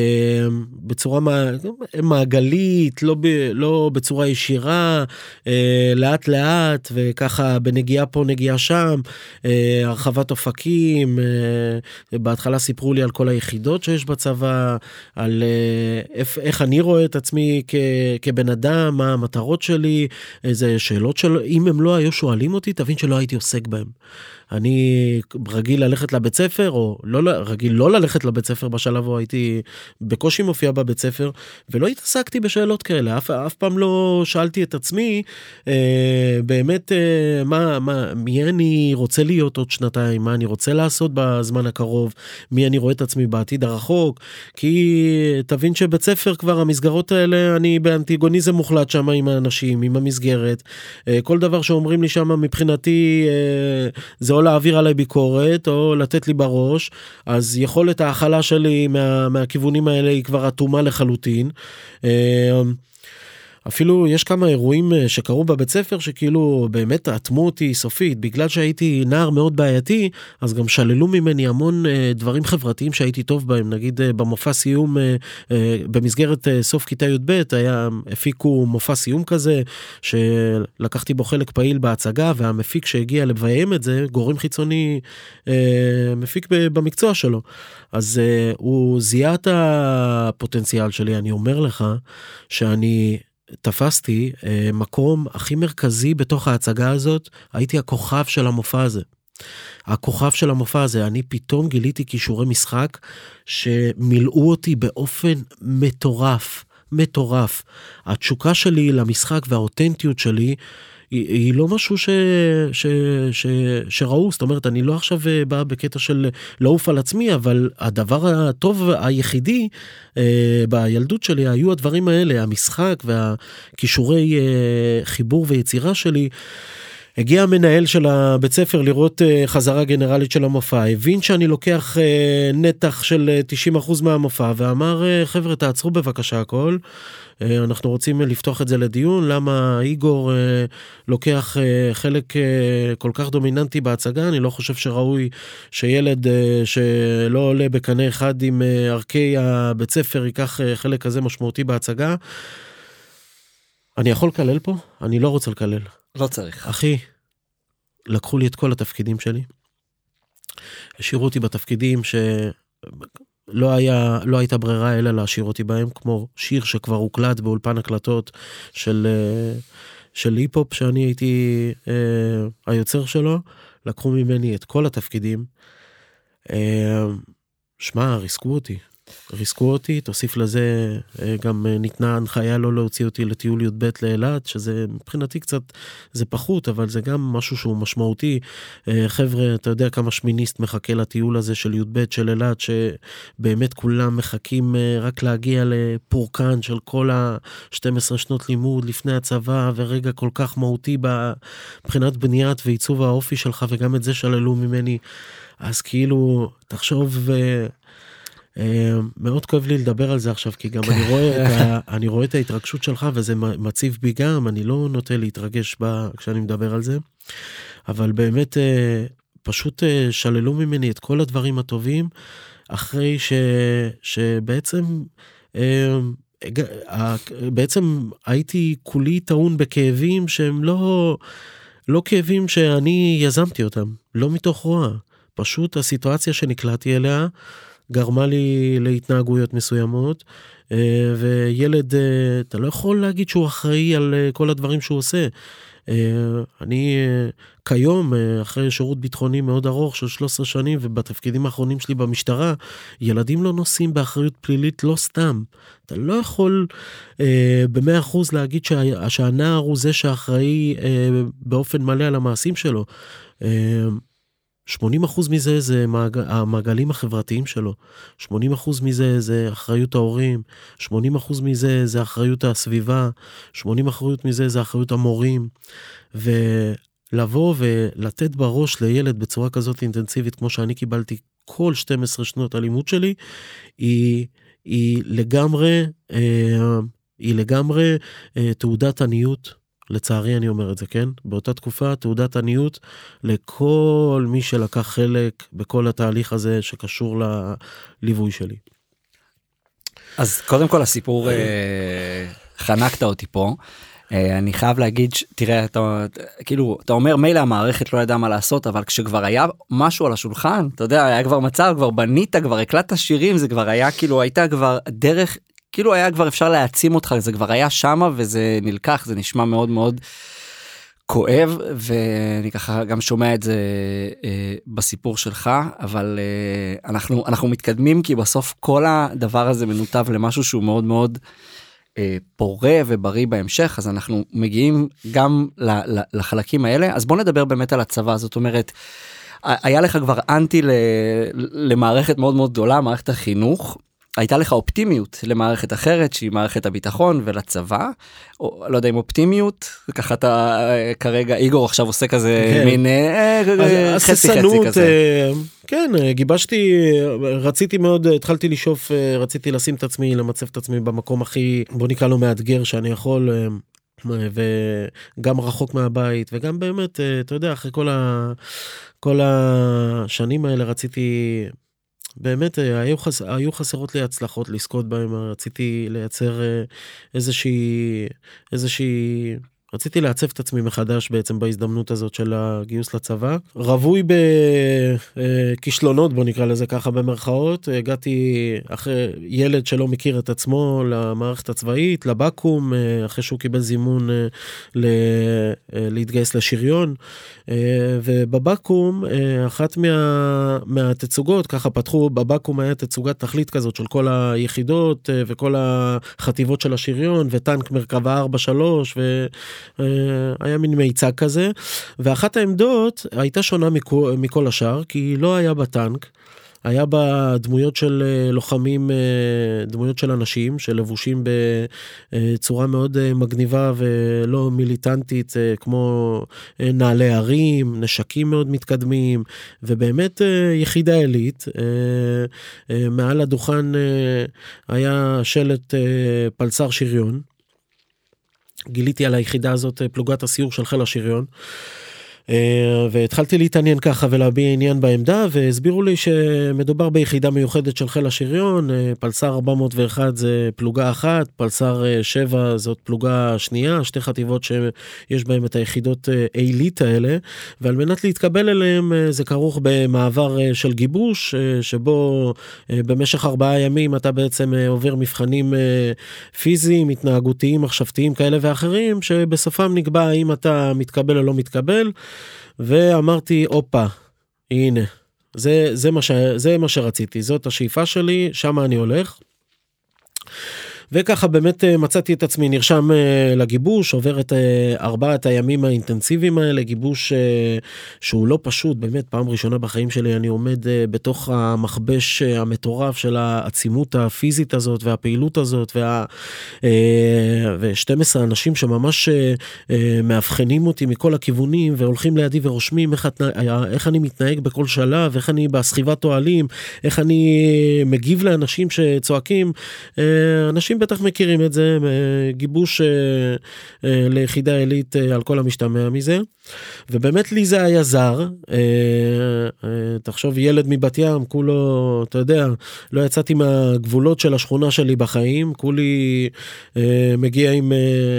בצורה מעגלית, לא, לא בצורה ישירה, לאט לאט וככה בנגיעה פה, נגיעה שם, הרחבת אופקים, בהתחלה סיפרו לי על כל היחידות שיש בצבא, על איך, איך אני רואה את עצמי כ, כבן אדם, מה המטרות שלי, איזה שאלות של, אם הם לא היו שואלים אותי, תבין שלא הייתי עוסק בהם. אני רגיל ללכת לבית ספר, או לא, רגיל לא ללכת לבית ספר בשלב, או הייתי בקושי מופיע בבית ספר, ולא התעסקתי בשאלות כאלה, אף, אף פעם לא שאלתי את עצמי, אה, באמת, אה, מה, מה, מי אני רוצה להיות עוד שנתיים, מה אני רוצה לעשות בזמן הקרוב, מי אני רואה את עצמי בעתיד הרחוק, כי תבין שבית ספר כבר, המסגרות האלה, אני באנטיגוניזם מוחלט שם עם האנשים, עם המסגרת, אה, כל דבר שאומרים לי שם מבחינתי, אה, זה או להעביר עליי ביקורת, או לתת לי בראש, אז יכולת ההכלה שלי מה, מהכיוונים האלה היא כבר אטומה לחלוטין. אפילו יש כמה אירועים שקרו בבית ספר, שכאילו באמת רתמו אותי סופית, בגלל שהייתי נער מאוד בעייתי, אז גם שללו ממני המון דברים חברתיים שהייתי טוב בהם, נגיד במופע סיום, במסגרת סוף כיתה י' ב', היה, הפיקו מופע סיום כזה, שלקחתי בו חלק פעיל בהצגה, והמפיק שהגיע לביים את זה, גורם חיצוני, מפיק במקצוע שלו, אז הוא זיהה את הפוטנציאל שלי, אני אומר לך, שאני תפסתי מקום הכי מרכזי בתוך ההצגה הזאת, הייתי הכוכב של המופע הזה. הכוכב של המופע הזה, אני פתאום גיליתי כישורי משחק, שמילאו אותי באופן מטורף, מטורף. התשוקה שלי למשחק והאותנטיות שלי, היא, היא לא משהו ש, ש, ש, שראו, זאת אומרת, אני לא עכשיו בא בקטע של לעוף על עצמי, אבל הדבר הטוב היחידי אה, בילדות שלי, היו הדברים האלה, המשחק והכישורי אה, חיבור ויצירה שלי. הגיע המנהל של הבית ספר לראות אה, חזרה גנרלית של המופע, הבין שאני לוקח אה, נתח של תשעים אחוז מהמופע, ואמר, אה, חבר'ה, תעצרו בבקשה הכל, אנחנו רוצים לפתוח את זה לדיון, למה איגור לוקח חלק כל כך דומיננטי בהצגה, אני לא חושב שראוי שילד שלא עולה בקנה אחד עם ערכי הבית ספר ייקח חלק כזה משמעותי בהצגה. אני יכול לקלל פה? אני לא רוצה לקלל. לא צריך. אחי, לקחו לי את כל התפקידים שלי, השאירו אותי בתפקידים ש... לא היה, לא הייתה ברירה אלא להשאיר אותי בהם, כמו שיר שכבר הוקלט באולפן הקלטות של, של היפ-הופ, שאני הייתי אה, היוצר שלו, לקחו ממני את כל התפקידים, אה, שמה, ריסקו אותי, ריסקו אותי, תוסיף לזה, גם ניתנה הנחיה לא להוציא אותי לטיול י' ב' לאילת, שזה מבחינתי קצת, זה פחות, אבל זה גם משהו שהוא משמעותי. חבר'ה, אתה יודע כמה שמיניסט מחכה לטיול הזה של י' ב' של אילת, שבאמת כולם מחכים רק להגיע לפורקן של כל ה-שתים עשרה שנות לימוד לפני הצבא, ורגע כל כך מהותי מבחינת בניית ועיצוב האופי שלך, וגם את זה שללו ממני. אז כאילו, תחשוב ו... מאוד כואב לי לדבר על זה עכשיו, כי גם אני רואה, את ה, אני רואה את ההתרגשות שלך, וזה מציב בי גם, אני לא נוטה להתרגש בה כשאני מדבר על זה, אבל באמת פשוט שללו ממני את כל הדברים הטובים, אחרי ש, שבעצם, בעצם הייתי כולי טעון בכאבים, שהם לא, לא כאבים שאני יזמתי אותם, לא מתוך רוע, פשוט הסיטואציה שנקלעתי אליה, גרמה לי להתנהגויות מסוימות, וילד, אתה לא יכול להגיד שהוא אחראי על כל הדברים שהוא עושה. אני כיום, אחרי שירות ביטחוני מאוד ארוך של שלוש עשרה שנים, ובתפקידים האחרונים שלי במשטרה, ילדים לא נושאים באחריות פלילית לא סתם. אתה לא יכול במאה אחוז להגיד שהנער הוא זה שאחראי באופן מלא על המעשים שלו. שמונים אחוז מזה זה המעגלים החברתיים שלו, שמונים אחוז מזה זה אחריות ההורים, שמונים אחוז מזה זה אחריות הסביבה, שמונים אחוז מזה זה אחריות המורים, ולבוא ולתת בראש לילד בצורה כזאת אינטנסיבית, כמו שאני קיבלתי כל שתים עשרה שנות הלימוד שלי, היא, היא לגמרי, היא לגמרי תעודת עניות, לצערי אני אומר את זה, כן? באותה תקופה, תעודת עניות לכל מי שלקח חלק בכל התהליך הזה שקשור לליווי שלי. אז קודם כל הסיפור, חנקת אותי פה. אני חייב להגיד, תראה, אתה, כאילו, אתה אומר, מילא המערכת לא ידעה מה לעשות, אבל כשכבר היה משהו על השולחן, אתה יודע, היה כבר מצב, כבר בנית, כבר הקלטת שירים, זה כבר היה, כאילו, הייתה כבר דרך, כאילו היה כבר אפשר להעצים אותך, זה כבר היה שמה וזה נלקח, זה נשמע מאוד מאוד כואב, ואני ככה גם שומע את זה אה, בסיפור שלך, אבל אה, אנחנו, אנחנו מתקדמים, כי בסוף כל הדבר הזה מנותב למשהו שהוא מאוד מאוד אה, פורה ובריא בהמשך, אז אנחנו מגיעים גם ל, ל, לחלקים האלה, אז בוא נדבר באמת על הצבא, זאת אומרת, היה לך כבר אנטי ל, למערכת מאוד מאוד גדולה, מערכת החינוך, הייתה לך אופטימיות למערכת אחרת שהיא מערכת הביטחון ולצבא, או לא יודע אם אופטימיות, ככה אתה כרגע, איגור עכשיו עושה כזה כן. מין חצי חצי כזה. כן, גיבשתי, רציתי מאוד, התחלתי לשאוף, רציתי לשים את עצמי, למצב את עצמי במקום הכי, בוא נקרא לו מאתגר שאני יכול, וגם רחוק מהבית, וגם באמת, אתה יודע, אחרי כל, ה, כל השנים האלה רציתי, באמת, היו, חס, היו חסרות לי הצלחות לזכות בהם, רציתי לייצר איזושהי, איזושהי, רציתי לעצב את עצמי מחדש בעצם בהזדמנות הזאת של הגיוס לצבא. רווי בכישלונות, בוא נקרא לזה ככה במרכאות, הגעתי אחרי ילד שלא מכיר את עצמו למערכת הצבאית, לבקום, אחרי שהוא קיבל זימון להתגייס לשריון, ובבקום, אחת מה, מהתצוגות, ככה פתחו, בבקום היה תצוגת תכלית כזאת של כל היחידות וכל החטיבות של השריון, וטנק מרכבה ארבע שלוש, ו... היה מין מיצג כזה, ואחת העמדות הייתה שונה מכל, מכל השאר, כי לא היה בטנק, היה בה דמויות של לוחמים, דמויות של אנשים, שלבושים בצורה מאוד מגניבה ולא מיליטנטית, כמו נעלי הרים, נשקים מאוד מתקדמים, ובאמת יחידה עילית. מעל הדוכן היה שלט פלסר שריון, גיליתי על היחידה הזאת פלוגת הסיור של חיל השריון, והתחלתי להתעניין ככה ולהביע עניין בעמדה, והסבירו לי שמדובר ביחידה מיוחדת של חיל השריון, פלסר ארבע מאות ואחת זה פלוגה אחת, פלסר שבע זאת פלוגה שנייה, שתי חטיבות שיש בהן את היחידות העילית האלה, ועל מנת להתקבל אליהם זה כרוך במעבר של גיבוש, שבו במשך ארבעה ימים אתה בעצם עובר מבחנים פיזיים, התנהגותיים, מחשבתיים כאלה ואחרים, שבסופם נקבע האם אתה מתקבל או לא מתקבל, ואמרתי, אופה, הנה, זה, זה מה ש, זה מה שרציתי, זאת השאיפה שלי, שם אני הולך. וככה באמת מצאתי את עצמי נרשם לגיבוש, עובר את ארבעת הימים האינטנסיביים האלה, גיבוש שהוא לא פשוט, באמת פעם ראשונה בחיים שלי אני עומד בתוך המחבש המטורף של העצימות הפיזית הזאת והפעילות הזאת, וה, ו-שנים עשר אנשים שממש מאבחנים אותי מכל הכיוונים, והולכים לידי ורושמים איך, איך אני מתנהג בכל שלב, איך אני בסחיבת אוהלים, איך אני מגיב לאנשים שצועקים, אנשים בטח מכירים את זה, גיבוש ליחידה עילית על כל המשתמע מזה, ובאמת לי זה היה זר, תחשוב ילד מבת ים, כולו, אתה יודע, לא יצאתי מהגבולות של השכונה שלי בחיים, כולי מגיע עם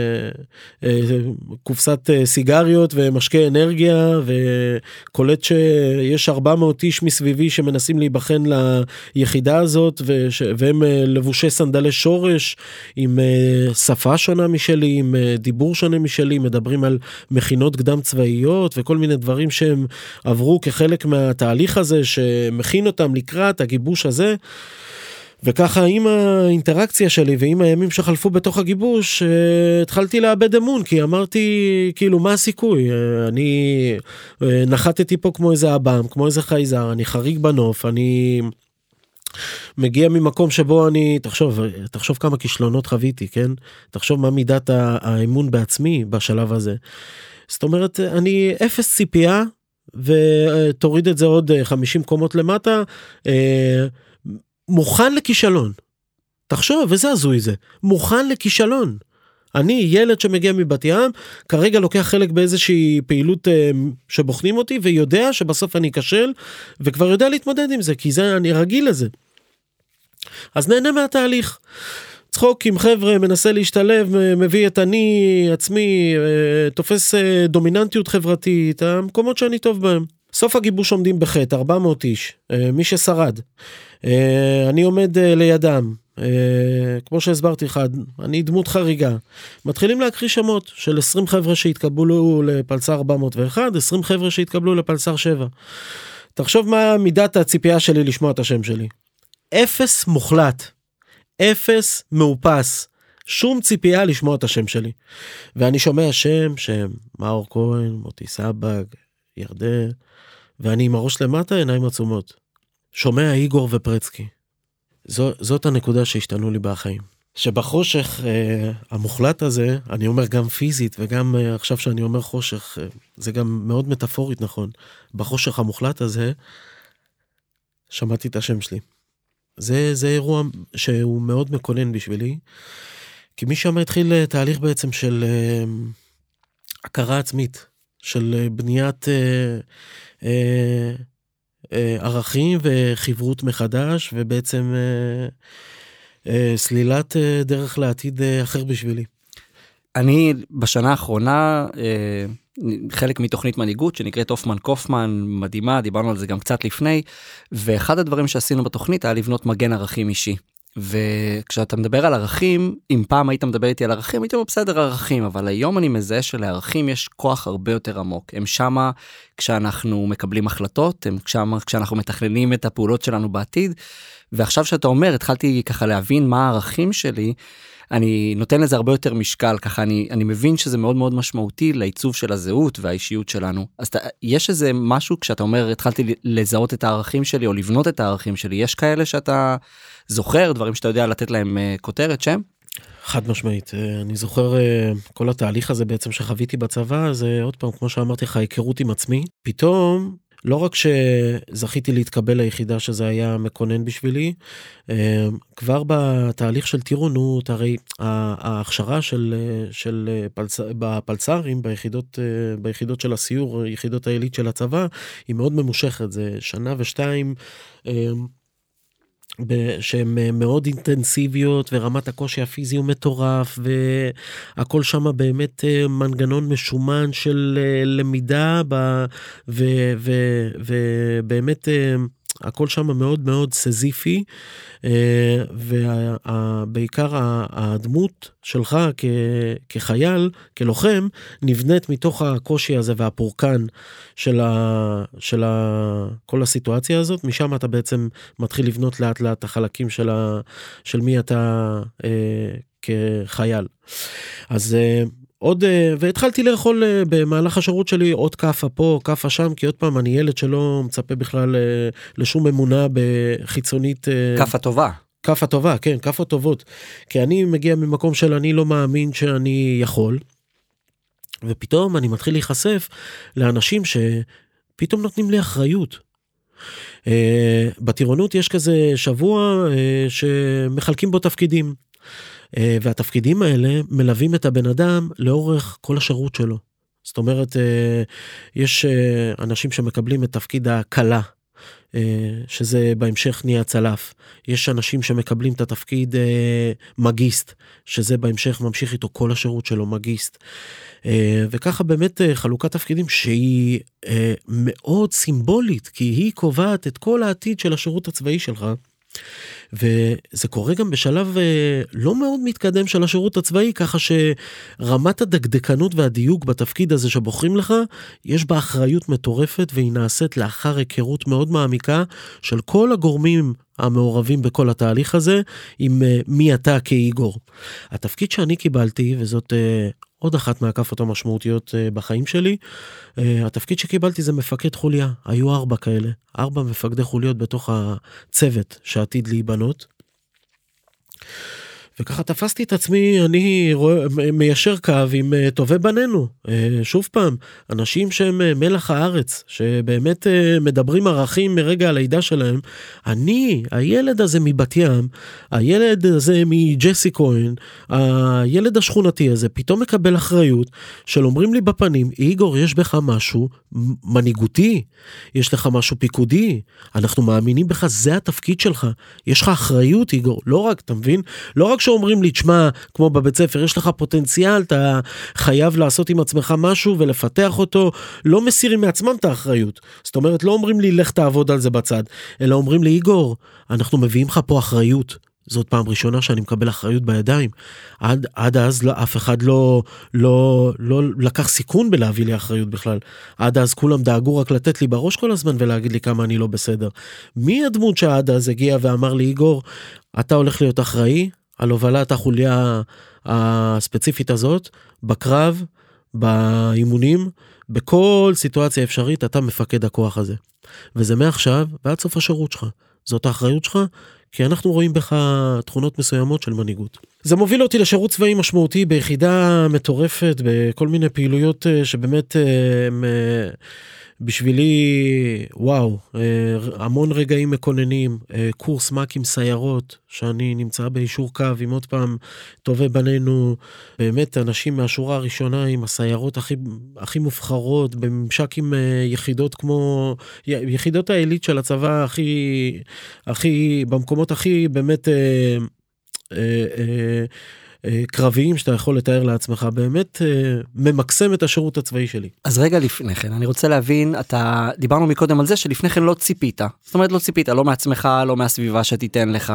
קופסת סיגריות ומשקה אנרגיה, וקולט שיש ארבע מאות איש מסביבי שמנסים להיבחן ליחידה הזאת, והם לבושי סנדלי שורש, עם שפה שונה משלי, עם דיבור שונה משלי, מדברים על מכינות קדם צבאיות, וכל מיני דברים שהם עברו כחלק מהתהליך הזה, שמכין אותם לקראת הגיבוש הזה, וככה עם האינטראקציה שלי, ועם הימים שחלפו בתוך הגיבוש, התחלתי לאבד אמון, כי אמרתי, כאילו, מה הסיכוי? אני נחתתי פה כמו איזה אב"ם, כמו איזה חייזר, אני חריג בנוף, אני מגיע ממקום שבו אני, תחשוב, תחשוב כמה כישלונות חוויתי, כן? תחשוב מה מידת האמון בעצמי בשלב הזה. זאת אומרת, אני אפס ציפייה, ותוריד את זה עוד חמישים קומות למטה, מוכן לכישלון. תחשוב, וזה הזוי זה. מוכן לכישלון. אני, ילד שמגיע מבת ים, כרגע לוקח חלק באיזושהי פעילות שבוחנים אותי, ויודע שבסוף אני אכשל, וכבר יודע להתמודד עם זה, כי זה, אני רגיל לזה. אז נהנה מהתהליך. צחוק עם חבר'ה, מנסה להשתלב, מביא את אני, עצמי, תופס דומיננטיות חברתית, המקומות שאני טוב בהם. סוף הגיבוש עומדים בחטא, ארבע מאות איש, מי ששרד. אני עומד לידם, כמו שהסברתי לך, אני דמות חריגה. מתחילים להקריא שמות של עשרים חבר'ה שהתקבלו לפלסר ארבע מאות ואחת, עשרים חבר'ה שהתקבלו לפלסר שבע. תחשוב מה מידת הציפייה שלי לשמוע את השם שלי. אפס מוחלט. אפס מאופס, שום ציפייה לשמוע את השם שלי. ואני שומע שם, שם, מאור כהן, מוטי סבג, ירדן, ואני עם הראש למטה, עיניים עצומות. שומע איגור ופרצקי. זו, זאת הנקודה שהשתנו לי בחיים. שבחושך אה, המוחלט הזה, אני אומר גם פיזית, וגם אה, עכשיו שאני אומר חושך, אה, זה גם מאוד מטאפורית נכון. בחושך המוחלט הזה, שמעתי את השם שלי. זה, זה אירוע שהוא מאוד מקונן בשבילי, כי משם התחיל תהליך בעצם של אה, הכרה עצמית, של אה, בניית אה, אה, אה, ערכים וחברות מחדש, ובעצם אה, אה, סלילת אה, דרך לעתיד אה, אחר בשבילי. אני בשנה האחרונה, אה, חלק מתוכנית מנהיגות שנקראת הופמן קופמן, מדהימה, דיברנו על זה גם קצת לפני, ואחד הדברים שעשינו בתוכנית היה לבנות מגן ערכים אישי. וכשאתה מדבר על ערכים, אם פעם היית מדבר איתי על ערכים, הייתי אומר בסדר ערכים, אבל היום אני מזהה שלערכים יש כוח הרבה יותר עמוק. הם שמה כשאנחנו מקבלים החלטות, הם שמה כשאנחנו מתכננים את הפעולות שלנו בעתיד, ועכשיו שאתה אומר, התחלתי ככה להבין מה הערכים שלי, אני נותן לזה הרבה יותר משקל, ככה אני, אני מבין שזה מאוד מאוד משמעותי לעיצוב של הזהות והאישיות שלנו. אז אתה, יש איזה משהו כשאתה אומר, התחלתי לזהות את הערכים שלי או לבנות את הערכים שלי, יש כאלה שאתה זוכר, דברים שאתה יודע לתת להם uh, כותרת שם? חד משמעית, אני זוכר uh, כל התהליך הזה בעצם שחוויתי בצבא, זה עוד פעם, כמו שאמרתי לך, היכרות עם עצמי, פתאום, לא רק שזכיתי להתקבל ליחידה שזה היה מקונן בשבילי, כבר בתהליך של טירונות, הרי ההכשרה של, של פלצ... בפלצרים, ביחידות, ביחידות של הסיור, יחידות העילית של הצבא, היא מאוד ממושכת, זה שנה ושתיים, שהן מאוד אינטנסיביות, ורמת הקושי הפיזי הוא מטורף, והכל שם באמת מנגנון משומן של למידה, ובאמת הכל שם מאוד מאוד סזיפי, ובעיקר הדמות שלך כחייל, כלוחם, נבנית מתוך הקושי הזה והפורקן של, ה, של ה, כל הסיטואציה הזאת, משם אתה בעצם מתחיל לבנות לאט לאט החלקים של, ה, של מי אתה אה, כחייל. אז אה, עוד, והתחלתי לאכול במהלך השירות שלי עוד קפה פה, קפה שם, כי עוד פעם אני ילד שלא מצפה בכלל לשום אמונה בחיצונית. קפה טובה. קפה טובה, כן, קפה טובות. כי אני מגיע ממקום של אני לא מאמין שאני יכול, ופתאום אני מתחיל להיחשף לאנשים שפתאום נותנים לי אחריות. בטירונות יש כזה שבוע שמחלקים בו תפקידים. והתפקידים האלה מלווים את הבן אדם לאורך כל השירות שלו. זאת אומרת, יש אנשים שמקבלים את תפקיד הקלה, שזה בהמשך נהיה צלף. יש אנשים שמקבלים את התפקיד מגיסט, שזה בהמשך ממשיך איתו כל השירות שלו, מגיסט. וככה באמת חלוקת תפקידים שהיא מאוד סימבולית, כי היא קובעת את כל העתיד של השירות הצבאי שלך. וזה קורה גם בשלב לא מאוד מתקדם של השירות הצבאי, ככה שרמת הדקדקנות והדיוק בתפקיד הזה שבוחרים לך, יש בה אחריות מטורפת, והיא נעשית לאחר היכרות מאוד מעמיקה של כל הגורמים המעורבים בכל התהליך הזה, עם מי אתה כאיגור. התפקיד שאני קיבלתי, וזאת עוד אחת מהקפות המשמעותיות בחיים שלי, התפקיד שקיבלתי זה מפקד חוליה, היו ארבע כאלה, ארבע מפקדי חוליות בתוך הצוות שעתיד להיבנות, וככה תפסתי את עצמי, אני רואה, מיישר קו עם טובי בנינו, שוב פעם, אנשים שהם מלח הארץ, שבאמת מדברים ערכים מרגע הלידה שלהם, אני, הילד הזה מבת ים, הילד הזה מג'סי כהן, הילד השכונתי הזה, פתאום מקבל אחריות, של אומרים לי בפנים, איגור, יש בך משהו מנהיגותי, יש לך משהו פיקודי, אנחנו מאמינים בך, זה התפקיד שלך, יש לך אחריות, איגור, לא רק, אתה מבין? לא רק שאומרים לי, תשמע, כמו בבית ספר, יש לך פוטנציאל, אתה חייב לעשות עם עצמך משהו ולפתח אותו, לא מסירים מעצמם את האחריות. זאת אומרת, לא אומרים לי, לך תעבוד על זה בצד, אלא אומרים לי, איגור, אנחנו מביאים לך פה אחריות. זאת פעם ראשונה שאני מקבל אחריות בידיים. עד, עד אז לא, אף אחד לא, לא, לא לקח סיכון בלהביא לי אחריות בכלל. עד אז כולם דאגו רק לתת לי בראש כל הזמן ולהגיד לי כמה אני לא בסדר. מי הדמות שעד אז הגיע ואמר לי, איגור, אתה הולך להיות אחראי על הובלת החוליה הספציפית הזאת, בקרב, באימונים, בכל סיטואציה אפשרית, אתה מפקד הכוח הזה. וזה מעכשיו ועד סוף השירות שלך. זאת האחריות שלך, כי אנחנו רואים בך תכונות מסוימות של מנהיגות. זה מוביל אותי לשירות צבאי משמעותי ביחידה מטורפת, בכל מיני פעילויות שבאמת הם, בשבילי, וואו, המון רגעים מקוננים, קורס מק עם סיירות, שאני נמצא באישור קו, עם עוד פעם טובי בנינו, באמת אנשים מהשורה הראשונה, עם הסיירות הכי, הכי מובחרות, בממשק עם יחידות כמו, יחידות העילית של הצבא, הכי, הכי, במקומות הכי באמת, אה, אה, אה, קרביים שאתה יכול לתאר לעצמך, באמת ממקסם את השירות הצבאי שלי. אז רגע לפני כן, אני רוצה להבין, אתה, דיברנו מקודם על זה שלפני כן לא ציפית, זאת אומרת לא ציפית, לא מעצמך, לא מהסביבה שתיתן לך,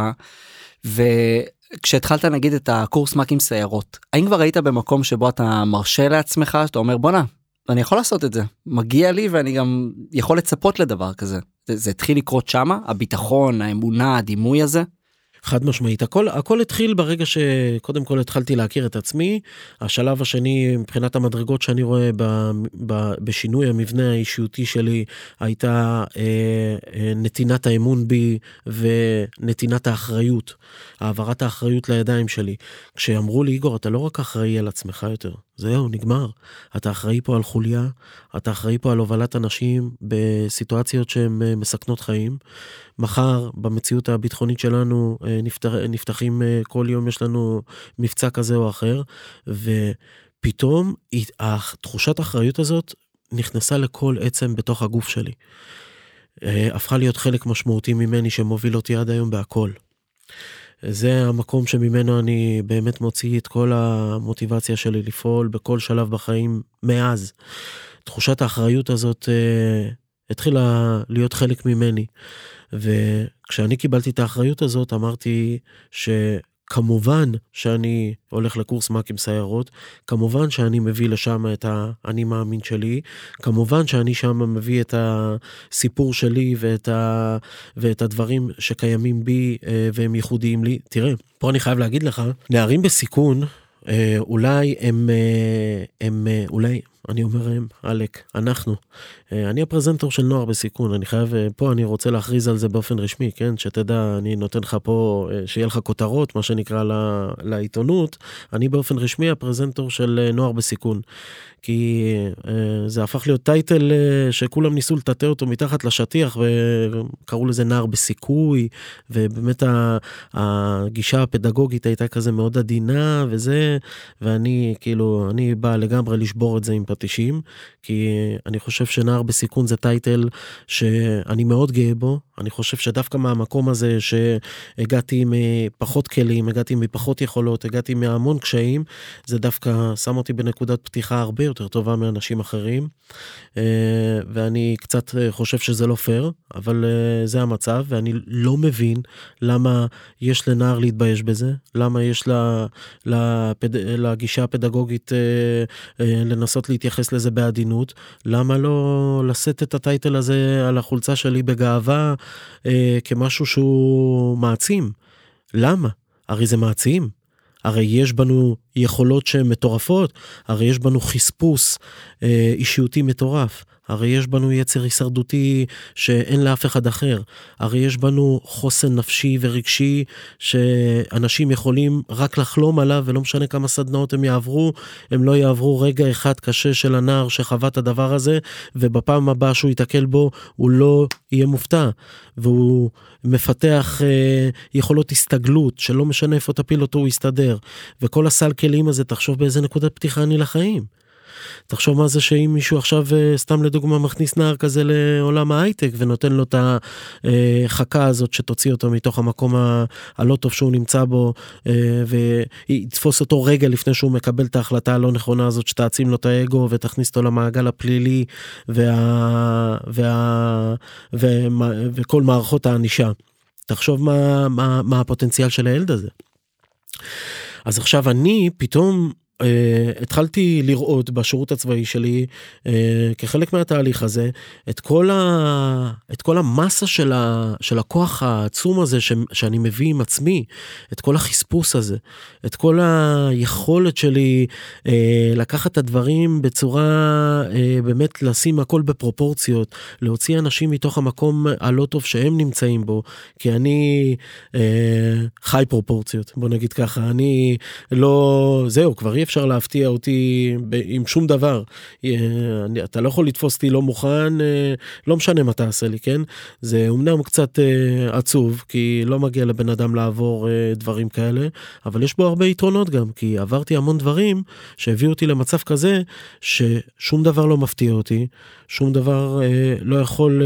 וכשהתחלת נגיד את הקורס מק עם סיירות, האם כבר היית במקום שבו אתה מרשה לעצמך, שאתה אומר בוא נע, אני יכול לעשות את זה, מגיע לי ואני גם יכול לצפות לדבר כזה, זה, זה התחיל לקרות שמה, הביטחון, האמונה, הדימוי הזה? חד משמעית, הכל, הכל התחיל ברגע שקודם כל התחלתי להכיר את עצמי, השלב השני מבחינת המדרגות שאני רואה ב, ב, בשינוי המבנה האישיותי שלי, הייתה אה, אה, נתינת האמון בי ונתינת האחריות, העברת האחריות לידיים שלי, כשאמרו לי איגור אתה לא רק אחראי על עצמך יותר, זהו נגמר, אתה אחראי פה על חוליה, אתה אחראי פה על הובלת אנשים בסיטואציות שהן מסכנות חיים, מחר במציאות הביטחונית שלנו נפתח, נפתחים כל יום יש לנו מבצע כזה או אחר, ופתאום תחושת האחריות הזאת נכנסה לכל עצם בתוך הגוף שלי, הפכה להיות חלק משמעותי ממני שמוביל אותי עד היום בהכל. זה המקום שממנו אני באמת מוציא את כל המוטיבציה שלי לפעול בכל שלב בחיים מאז. תחושת האחריות הזאת אה, התחילה להיות חלק ממני, וכשאני קיבלתי את האחריות הזאת אמרתי שכמובן שאני הולך לקורס מק עם סיירות, כמובן שאני מביא לשם את האני מאמין שלי, כמובן שאני שם מביא את הסיפור שלי ואת, ה, ואת הדברים שקיימים בי והם ייחודיים לי. תראה, פה אני חייב להגיד לך, נערים בסיכון, אולי הם, הם אולי, אני אומר הם, אלק, אנחנו, אני הפרזנטור של נוער בסיכון, אני חייב, פה אני רוצה להכריז על זה באופן רשמי, כן, שתדע, אני נותן לך פה, שיהיה לך כותרות, מה שנקרא לה, לעיתונות, אני באופן רשמי הפרזנטור של נוער בסיכון, כי זה הפך להיות טייטל שכולם ניסו לטאטא אותו מתחת לשטיח, וקראו לזה נער בסיכוי, ובאמת הגישה הפדגוגית הייתה כזה מאוד עדינה, וזה, ואני כאילו, אני בא לגמרי לשבור את זה עם פטישים, כי אני חושב שנער בסיכון זה טייטל שאני מאוד גאה בו, אני חושב שדווקא מהמקום הזה שהגעתי מפחות כלים, הגעתי מפחות יכולות, הגעתי מהמון קשיים, זה דווקא שם אותי בנקודת פתיחה הרבה יותר טובה מאנשים אחרים, ואני קצת חושב שזה לא פייר, אבל זה המצב, ואני לא מבין למה יש לנער להתבייש בזה, למה יש לה, לפד... לגישה הפדגוגית לנסות להתייחס לזה בעדינות, למה לא לשאת את הטייטל הזה על החולצה שלי בגאווה, כמשהו שהוא מעצים. למה? הרי זה מעצים. הרי יש בנו יכולות שהן מטורפות, הרי יש בנו חספוס אישיותי מטורף, הרי יש בנו יצר הישרדותי שאין לאף אחד אחר, הרי יש בנו חוסן נפשי ורגשי שאנשים יכולים רק לחלום עליו, ולא משנה כמה סדנאות הם יעברו, הם לא יעברו רגע אחד קשה של הנער שחווה את הדבר הזה, ובפעם הבאה שהוא יתקל בו הוא לא יהיה מופתע, והוא מפתח אה, יכולות הסתגלות, שלא משנה איפה תפיל אותו הוא יסתדר, וכל הסל כלים הזה, תחשוב באיזה נקודת פתיחה אני לחיים. תחשוב מה זה שאם מישהו עכשיו סתם לדוגמה מכניס נער כזה לעולם ההייטק ונותן לו את החכה הזאת שתוציא אותו מתוך המקום הלא טוב שהוא נמצא בו, ויתפוס אותו רגע לפני שהוא מקבל את ההחלטה הלא נכונה הזאת שתעצים לו את האגו ותכניס אותו למעגל הפלילי וה, וה, וה, וכל מערכות הענישה. תחשוב מה, מה, מה הפוטנציאל של הילד הזה. אז עכשיו אני פתאום Uh, התחלתי לראות בשירות הצבאי שלי, uh, כחלק מהתהליך הזה, את כל, ה, את כל המסה של, ה, של הכוח העצום הזה, ש, שאני מביא עם עצמי, את כל החספוס הזה, את כל היכולת שלי, uh, לקחת את הדברים בצורה, uh, באמת לשים הכל בפרופורציות, להוציא אנשים מתוך המקום הלא טוב שהם נמצאים בו, כי אני uh, חי פרופורציות, בוא נגיד ככה, אני לא, זהו, כבר אפשר להפתיע אותי עם שום דבר. אתה לא יכול לתפוס אותי לא מוכן, לא משנה מה תעשה לי, כן? זה אומנם קצת עצוב, כי לא מגיע לבן אדם לעבור דברים כאלה, אבל יש בו הרבה יתרונות גם, כי עברתי המון דברים שהביאו אותי למצב כזה, ששום דבר לא מפתיע אותי, שום דבר לא יכול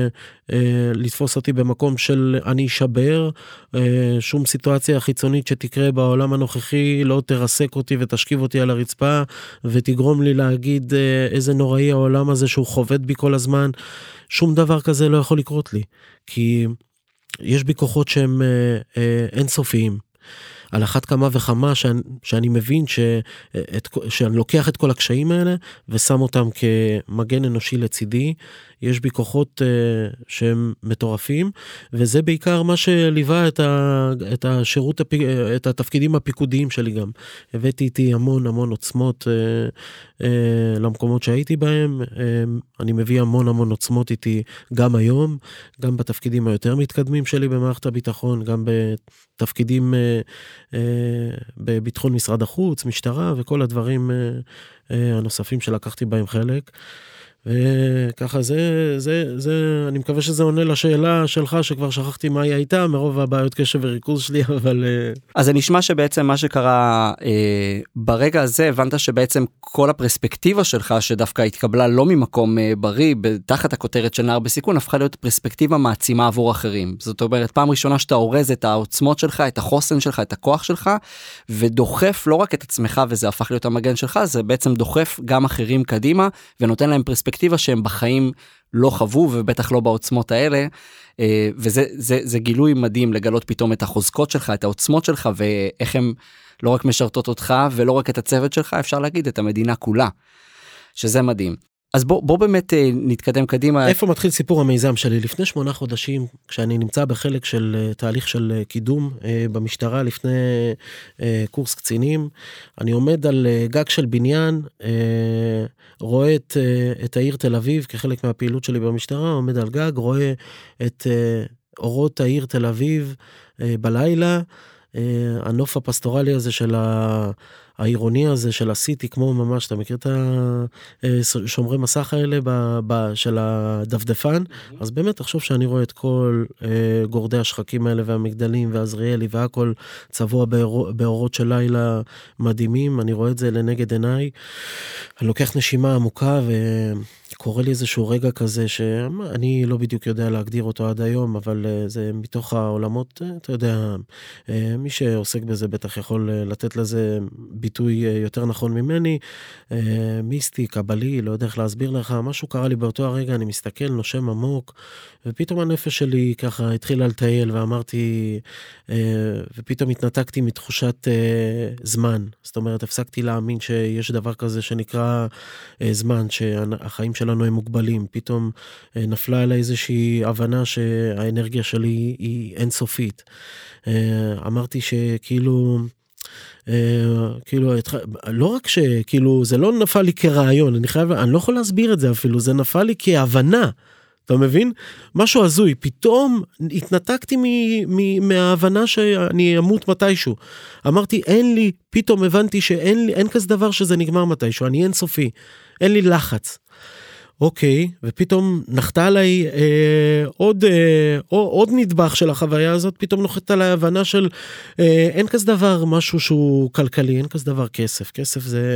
לתפוס אותי במקום של אני אשבר, שום סיטואציה חיצונית שתקרה בעולם הנוכחי לא תרסק אותי ותשכיב אותי על הרצפה ותגרום לי להגיד איזה נוראי העולם הזה שהוא חובד בי כל הזמן. שום דבר כזה לא יכול לקרות לי, כי יש בי כוחות שהם אינסופיים. על אחת כמה וכמה שאני, שאני מבין ש, את, שאני לוקח את כל הקשיים האלה ושם אותם כמגן אנושי לצידי. יש בי כוחות uh, שהם מטורפים, וזה בעיקר מה שליווה את, ה, את, השירות, את התפקידים הפיקודיים שלי גם. הבאתי איתי המון המון עוצמות uh, uh, למקומות שהייתי בהם, uh, אני מביא המון המון עוצמות איתי גם היום, גם בתפקידים היותר מתקדמים שלי במערכת הביטחון, גם בתפקידים uh, uh, בביטחון משרד החוץ, משטרה וכל הדברים uh, uh, הנוספים שלקחתי בהם חלק. וככה זה, זה, זה, אני מקווה שזה עונה לשאלה שלך, שכבר שכחתי מה היא הייתה, מרוב הבעיות קשב וריכוז שלי, אבל... אז זה נשמע שבעצם מה שקרה, אה, ברגע הזה הבנת שבעצם כל הפרספקטיבה שלך, שדווקא התקבלה לא ממקום אה, בריא, תחת הכותרת של נער בסיכון, הפכה להיות פרספקטיבה מעצימה עבור אחרים. זאת אומרת, פעם ראשונה שאתה אורז את העוצמות שלך, את החוסן שלך, את הכוח שלך, ודוחף לא רק את עצמך, וזה הפך להיות המגן שלך, זה בעצם דוחף גם אחרים קדימה, ונותן להם פרספקטיבה שהם בחיים לא חוו, ובטח לא בעוצמות האלה, וזה זה, זה גילוי מדהים לגלות פתאום את החוזקות שלך, את העוצמות שלך, ואיך הם לא רק משרתות אותך, ולא רק את הצוות שלך, אפשר להגיד את המדינה כולה, שזה מדהים. אז בוא, בוא באמת נתקדם קדימה. איפה מתחיל סיפור המיזם שלי? לפני שמונה חודשים, כשאני נמצא בחלק של תהליך של קידום במשטרה, לפני קורס קצינים, אני עומד על גג של בניין, רואה את, את העיר תל אביב, כחלק מהפעילות שלי במשטרה, עומד על גג, רואה את אורות העיר תל אביב בלילה, הנוף הפסטורלי הזה של ה... העירוני הזה של הסיטי, כמו ממש, אתה מכיר את השומרי מסך האלה ב, ב, של הדפדפן? אז באמת תחשוב שאני רואה את כל אה, גורדי השחקים האלה והמגדלים והזריאלי והכל צבוע באור, באורות של לילה מדהימים, אני רואה את זה לנגד עיניי, אני לוקח נשימה עמוקה וקורא לי איזשהו רגע כזה שאני לא בדיוק יודע להגדיר אותו עד היום, אבל אה, זה מתוך העולמות, אה, אתה יודע, אה, מי שעוסק בזה בטח יכול אה, לתת לזה ביטוי יותר נכון ממני, מיסטי, קבלי, לא יודע איך להסביר לך, משהו קרה לי באותו הרגע, אני מסתכל, נושם עמוק, ופתאום הנפש שלי ככה התחילה לטייל, ואמרתי, ופתאום התנתקתי מתחושת זמן, זאת אומרת, הפסקתי להאמין שיש דבר כזה שנקרא זמן, שהחיים שלנו הם מוגבלים, פתאום נפלה אליי איזושהי הבנה שהאנרגיה שלי היא אינסופית. אמרתי שכאילו, Uh, כאילו, לא רק שכאילו, זה לא נפל לי כרעיון, אני חייב, אני לא יכול להסביר את זה אפילו, זה נפל לי כהבנה, אתה מבין? משהו הזוי, פתאום התנתקתי מ- מ- מההבנה שאני אמות מתישהו, אמרתי אין לי, פתאום הבנתי שאין לי, אין כזה דבר שזה נגמר מתישהו, אני אין סופי, אין לי לחץ. אוקיי, ופתאום נחתה עליי אה, עוד, אה, עוד נדבך של החוויה הזאת, פתאום נוחת עליי הבנה של אה, אין כזה דבר משהו שהוא כלכלי, אין כזה דבר כסף, כסף זה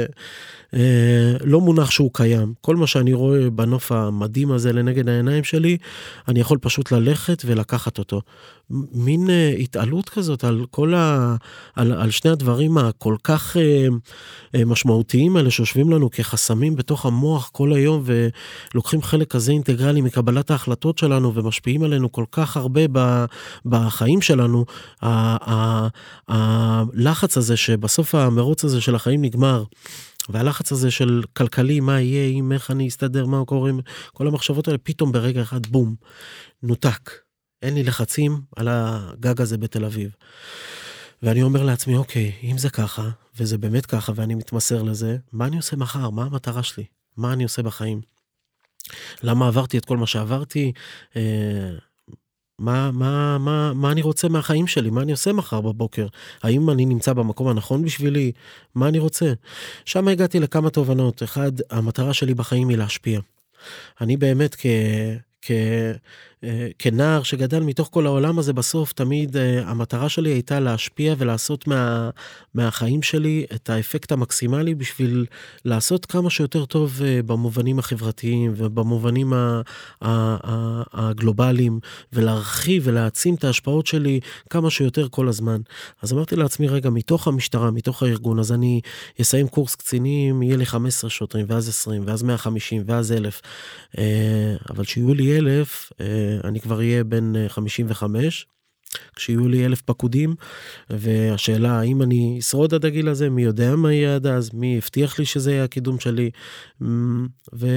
אה, לא מונח שהוא קיים, כל מה שאני רואה בנוף המדהים הזה לנגד העיניים שלי, אני יכול פשוט ללכת ולקחת אותו, מין אה, התעלות כזאת על כל ה... על, על שני הדברים הכל כך אה, אה, משמעותיים האלה שיושבים לנו כחסמים בתוך המוח כל היום ו... לוקחים חלק כזה אינטגרלי מקבלת ההחלטות שלנו ומשפיעים עלינו כל כך הרבה בחיים שלנו, הלחץ הזה שבסוף המרוץ הזה של החיים נגמר, והלחץ הזה של כלכלי, מה יהיה, אם איך אני אסתדר, מה קוראים, כל המחשבות האלה, פתאום ברגע אחד, בום, נותק. אין לי לחצים על הגג הזה בתל אביב. ואני אומר לעצמי, אוקיי, אם זה ככה, וזה באמת ככה, ואני מתמסר לזה, מה אני עושה מחר? מה המטרה שלי? מה אני עושה בחיים? למה עברתי את כל מה שעברתי? אה, מה, מה, מה, מה אני רוצה מהחיים שלי? מה אני עושה מחר בבוקר? האם אני נמצא במקום הנכון בשבילי? מה אני רוצה? שם הגעתי לכמה תובנות. אחד, המטרה שלי בחיים היא להשפיע. אני באמת כ... כ... כנער שגדל מתוך כל העולם הזה, בסוף תמיד המטרה שלי הייתה להשפיע ולעשות מה, מהחיים שלי את האפקט המקסימלי בשביל לעשות כמה שיותר טוב במובנים החברתיים ובמובנים הגלובליים, ולהרחיב ולהעצים את ההשפעות שלי כמה שיותר כל הזמן. אז אמרתי לעצמי, רגע, מתוך המשטרה, מתוך הארגון, אז אני אסיים קורס קצינים, יהיה לי חמישה עשר שוטרים, ואז עשרים, ואז מאה וחמישים, ואז אלף. אבל שיהיו לי אלף, אני כבר אהיה בין חמישים וחמש, כשיהיו לי אלף פקודים, והשאלה, האם אני אשרוד עד הגיל הזה, מי יודע מה יהיה עד אז, מי הבטיח לי שזה יהיה הקידום שלי, ו...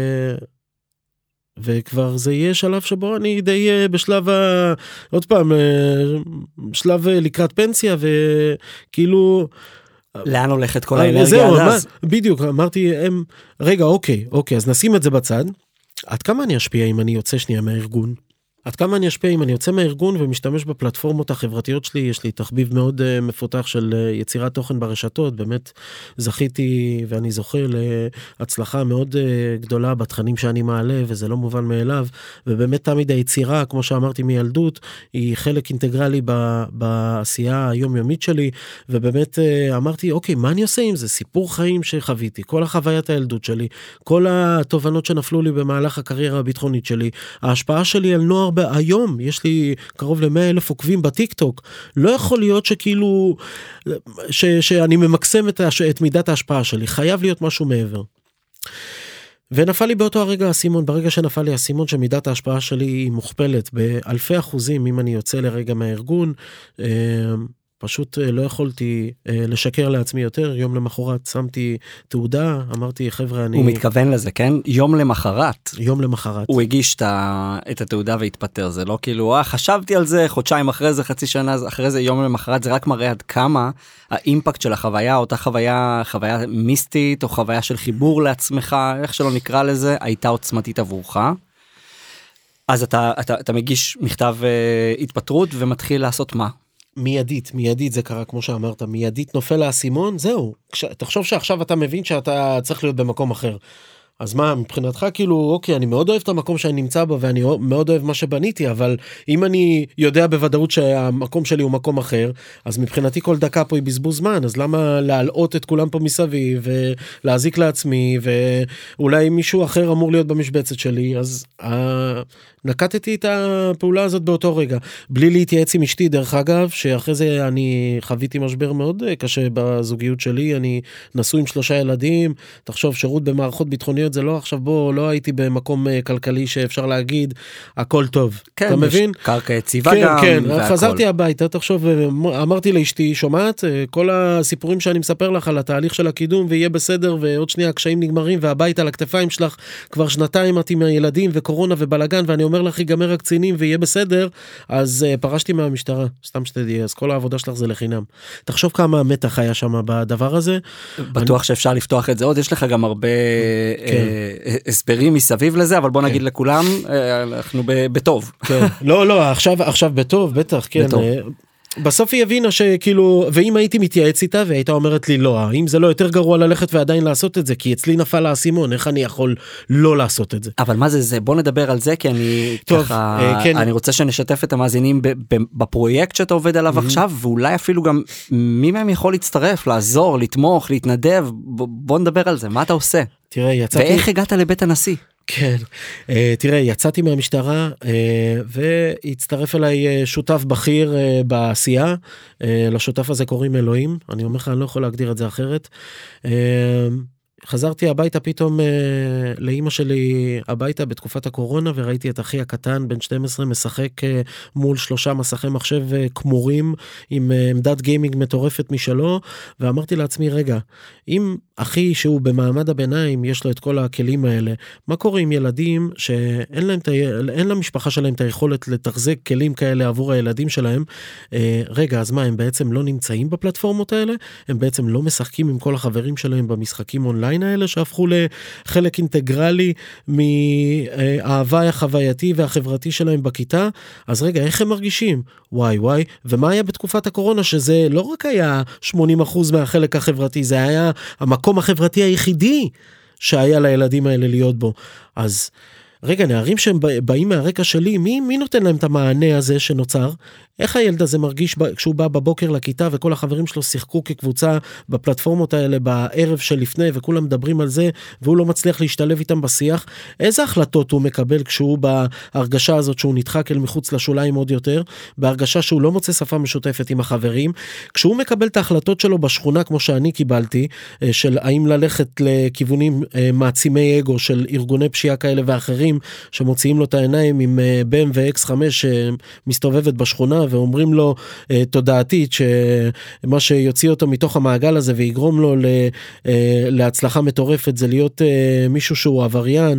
וכבר זה יהיה שלב שבו אני די בשלב, ה... עוד פעם, שלב לקראת פנסיה, וכאילו... לאן הולכת כל האנרגיה עד אז? בדיוק, אמרתי, הם, רגע, אוקיי, אוקיי, אז נשים את זה בצד, עד כמה אני אשפיע אם אני יוצא שנייה מהארגון? עד כמה אני אשפיע אם אני יוצא מהארגון ומשתמש בפלטפורמות החברתיות שלי? יש לי תחביב מאוד uh, מפותח של uh, יצירת תוכן ברשתות, באמת זכיתי ואני זוכה להצלחה מאוד uh, גדולה בתכנים שאני מעלה, וזה לא מובן מאליו, ובאמת תמיד היצירה, כמו שאמרתי מילדות, היא חלק אינטגרלי ב- בעשייה היומיומית שלי, ובאמת uh, אמרתי, אוקיי, מה אני עושה עם זה? סיפור חיים שחוויתי, כל החוויית הילדות שלי, כל התובנות שנפלו לי במהלך הקריירה הביטחונית שלי, ההשפעה שלי על נוער היום, יש לי קרוב ל-מאה אלף עוקבים בטיק-טוק, לא יכול להיות שכאילו, ש, שאני ממקסם את, הש, את מידת ההשפעה שלי, חייב להיות משהו מעבר. ונפל לי באותו הרגע הסימון, ברגע שנפל לי הסימון שמידת ההשפעה שלי היא מוכפלת באלפי אחוזים, אם אני יוצא לרגע מהארגון, פשוט לא יכולתי לשקר לעצמי יותר, יום למחרת שמתי תעודה, אמרתי חבר'ה אני... הוא מתכוון לזה, כן? יום למחרת. יום למחרת. הוא הגיש את התעודה והתפטר, זה לא כאילו, אה, חשבתי על זה, חודשיים אחרי זה, חצי שנה אחרי זה, יום למחרת, זה רק מראה עד כמה האימפקט של החוויה, אותה חוויה, חוויה מיסטית, או חוויה של חיבור לעצמך, איך שלא נקרא לזה, הייתה עוצמתית עבורך. אז אתה, אתה, אתה מגיש מכתב התפטרות ומתחיל לעשות מה? מיידית, מיידית זה קרה כמו שאמרת, מיידית נופל האסימון, זהו, כש, תחשוב שעכשיו אתה מבין שאתה צריך להיות במקום אחר, אז מה, מבחינתך כאילו, אוקיי, אני מאוד אוהב את המקום שאני נמצא בו, ואני מאוד אוהב מה שבניתי, אבל אם אני יודע בוודאות שהמקום שלי הוא מקום אחר, אז מבחינתי כל דקה פה היא בזבוז זמן, אז למה להעלות את כולם פה מסביב, ולהזיק לעצמי, ואולי מישהו אחר אמור להיות במשבצת שלי, אז נקטתי את הפעולה הזאת באותו רגע, בלי להתייעץ עם אשתי, דרך אגב, שאחרי זה אני חוויתי משבר מאוד קשה בזוגיות שלי, אני נשוי עם שלושה ילדים, תחשוב שירות במערכות ביטחוניות, זה לא עכשיו בוא, לא הייתי במקום כלכלי שאפשר להגיד, הכל טוב. כן, אתה מבין? קרקע יציבה כן, גם, כן, והכל. חזרתי הביתה, תחשוב, אמרתי לאשתי, שומעת, כל הסיפורים שאני מספר לך על התהליך של הקידום, ויהיה בסדר, ועוד שנייה הקשיים נגמרים, והבית על הכתפיים שלך, כבר שנתיים את עם הילדים, וקורונה ובלגן, ואני אומר לך, ייגמר הקצינים, ויהיה בסדר, אז פרשתי מהמשטרה, סתם שתדעי, אז כל העבודה שלך זה לחינם. תחשוב כמה מתח היה שם בדבר הזה. בטוח אני... שאפשר לפתוח את זה עוד, יש לך גם הרבה כן. הסברים מסביב לזה, אבל בוא נגיד כן. לכולם, אנחנו בטוב. כן. לא, לא, עכשיו, עכשיו בטוב, בטח, כן. בטוב. בסוף היא הבינה שכאילו, ואם הייתי מתייעץ איתה, והייתה אומרת לי לא, אם זה לא יותר גרוע ללכת ועדיין לעשות את זה, כי אצלי נפל האסימון, איך אני יכול לא לעשות את זה? אבל מה זה זה? בוא נדבר על זה, כי אני טוב, ככה, אה, כן. אני רוצה שנשתף את המאזינים בפרויקט שאתה עובד עליו mm-hmm. עכשיו, ואולי אפילו גם מי מהם יכול להצטרף, לעזור, לתמוך, להתנדב, בוא נדבר על זה, מה אתה עושה? תראה, יצאתי... ואיך הגעת לבית הנשיא? כן, uh, תראה, יצאתי מהמשטרה uh, והצטרף אליי uh, שותף בכיר uh, בעשייה, uh, לשותף הזה קוראים אלוהים, אני אומר לך, אני לא יכול להגדיר את זה אחרת, uh, חזרתי הביתה פתאום אה, לאמא שלי הביתה בתקופת הקורונה, וראיתי את אחי הקטן בן שתים עשרה משחק אה, מול שלושה מסכי מחשב אה, כמורים, עם אה, עמדת גיימינג מטורפת משלו, ואמרתי לעצמי, רגע, אם אחי שהוא במעמד הביניים, יש לו את כל הכלים האלה, מה קורה עם ילדים שאין להם, אין למשפחה שלהם את היכולת לתחזק כלים כאלה עבור הילדים שלהם, אה, רגע, אז מה, הם בעצם לא נמצאים בפלטפורמות האלה? הם בעצם לא משחקים עם כל החברים שלהם במשחקים אונליין האלה, שהפכו לחלק אינטגרלי מההוואי החווייתי והחברתי שלהם בכיתה? אז רגע, איך הם מרגישים? וואי וואי, ומה היה בתקופת הקורונה, שזה לא רק היה שמונים אחוז מהחלק החברתי, זה היה המקום החברתי היחידי שהיה לילדים האלה להיות בו. אז רגע, נערים שהם באים מהרקע שלי, מי, מי נותן להם את המענה הזה שנוצר? איך הילד הזה מרגיש כשהוא בא בבוקר לכיתה, וכל החברים שלו שיחקו כקבוצה בפלטפורמות האלה בערב שלפני, וכולם מדברים על זה, והוא לא מצליח להשתלב איתם בשיח? איזה החלטות הוא מקבל כשהוא בהרגשה הזאת שהוא נדחק אל מחוץ לשוליים עוד יותר, בהרגשה שהוא לא מוצא שפה משותפת עם החברים? כשהוא מקבל את ההחלטות שלו בשכונה, כמו שאני קיבלתי, של האם ללכת לכיוונים מעצימי אגו של ארגוני פשיעה כאלה ואחרים, שמוציאים לו את העיניים עם בי אם דאבליו אקס חמש שמסתובבת בשכונה, ואומרים לו תודעתית שמה שיוציא אותו מתוך המעגל הזה ויגרום לו להצלחה מטורפת זה להיות מישהו שהוא עבריין,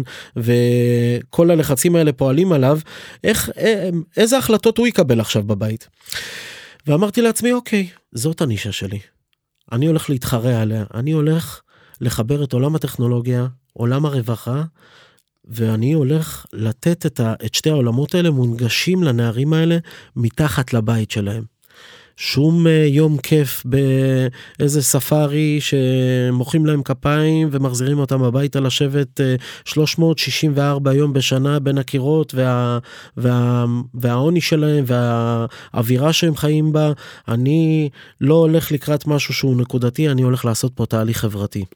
וכל הלחצים האלה פועלים עליו, איך, איזה החלטות הוא יקבל עכשיו בבית? ואמרתי לעצמי, אוקיי, זאת הנישה שלי, אני הולך להתחרע עליה, אני הולך לחבר את עולם הטכנולוגיה, עולם הרווחה, ואני הולך לתת את, ה, את שתי העולמות האלה מונגשים לנערים האלה מתחת לבית שלהם. שום יום כיף באיזה ספארי שמוחים להם כפיים ומחזירים אותם הביתה לשבת שלוש מאות שישים וארבע יום בשנה בין הקירות, וה, וה, והעוני שלהם והאווירה שהם חיים בה. אני לא הולך לקראת משהו שהוא נקודתי, אני הולך לעשות פה תהליך חברתי.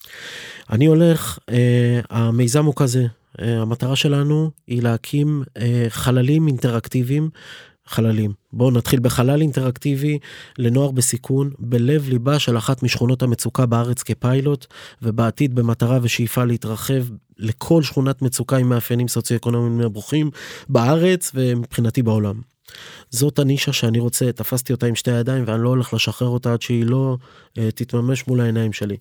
אני הולך, אה, המיזם הוא כזה, אה, המטרה שלנו היא להקים אה, חללים אינטראקטיביים, חללים. בואו נתחיל בחלל אינטראקטיבי לנוער בסיכון, בלב ליבה של אחת משכונות המצוקה בארץ כפיילוט, ובעתיד במטרה ושאיפה להתרחב לכל שכונת מצוקה עם מאפיינים סוציו-אקונומיים נמוכים בארץ ומבחינתי בעולם. זאת הנישה שאני רוצה, תפסתי אותה עם שתי הידיים ואני לא הולך לשחרר אותה עד שהיא לא אה, תתממש מול העיניים שלי.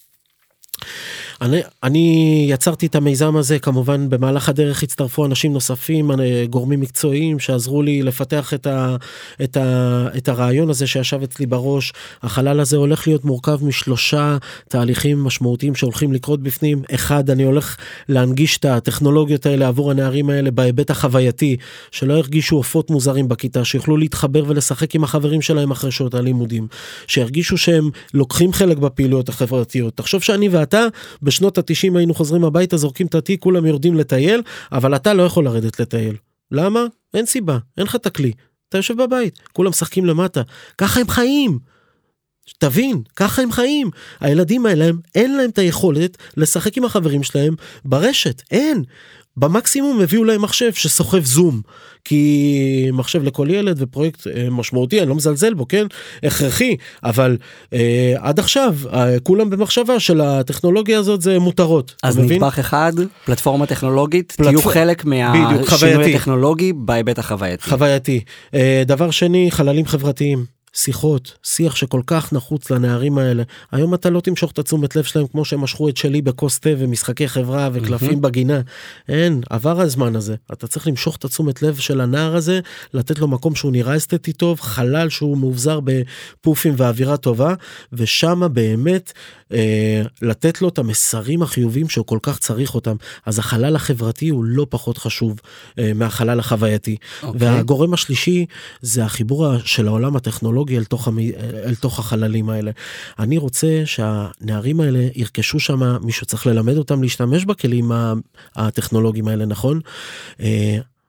אני, אני יצרתי את המיזם הזה, כמובן במהלך הדרך הצטרפו אנשים נוספים, גורמים מקצועיים שעזרו לי לפתח את, ה, את, ה, את הרעיון הזה שישב אצלי בראש. החלל הזה הולך להיות מורכב משלושה תהליכים משמעותיים שהולכים לקרות בפנים. אחד, אני הולך להנגיש את הטכנולוגיות האלה עבור הנערים האלה בהיבט החווייתי, שלא ירגישו עופות מוזרים בכיתה, שיוכלו להתחבר ולשחק עם החברים שלהם אחרי שעות הלימודים, שירגישו שהם לוקחים חלק בפעילויות החברתיות. תחשוב שאני ואתה בשנות ה-תשעים היינו חוזרים הביתה, זורקים את התיק, כולם יורדים לטייל, אבל אתה לא יכול לרדת לטייל. למה? אין סיבה, אין לך תקלי. אתה יושב בבית, כולם משחקים למטה. ככה הם חיים. תבין, ככה הם חיים. הילדים האלה, אין להם את היכולת לשחק עם החברים שלהם ברשת. אין. במקסימום הביאו להם מחשב שסוחב זום, כי מחשב לכל ילד ופרויקט משמעותי, אני לא מזלזל בו, כן? הכרחי, אבל אה, עד עכשיו, אה, כולם במחשבה של הטכנולוגיה הזאת זה מותרות. אז נדבך אחד, פלטפורמה טכנולוגית, פלטפ... תהיו חלק מהשינוי הטכנולוגי בהיבט החווייתי. חווייתי. אה, דבר שני, חללים חברתיים. שיחות, שיח שכל כך נחוץ לנערים האלה. היום אתה לא תמשוך את התשומת לב שלהם כמו שהם משכו את שלי בכוס תה ומשחקי חברה וקלפים בגינה. אין, עבר הזמן הזה. אתה צריך למשוך את התשומת לב של הנער הזה, לתת לו מקום שהוא נראה אסתטי טוב, חלל שהוא מאובזר בפופים ואווירה טובה, ושם באמת אה, לתת לו את המסרים החיובים שהוא כל כך צריך אותם. אז החלל החברתי הוא לא פחות חשוב אה, מהחלל החווייתי. Okay. והגורם השלישי זה החיבור של העולם הטכנולוגי אל תוך, המ... אל תוך החללים האלה. אני רוצה שהנערים האלה ירכשו שם, מישהו צריך ללמד אותם להשתמש בכלים הטכנולוגיים האלה, נכון?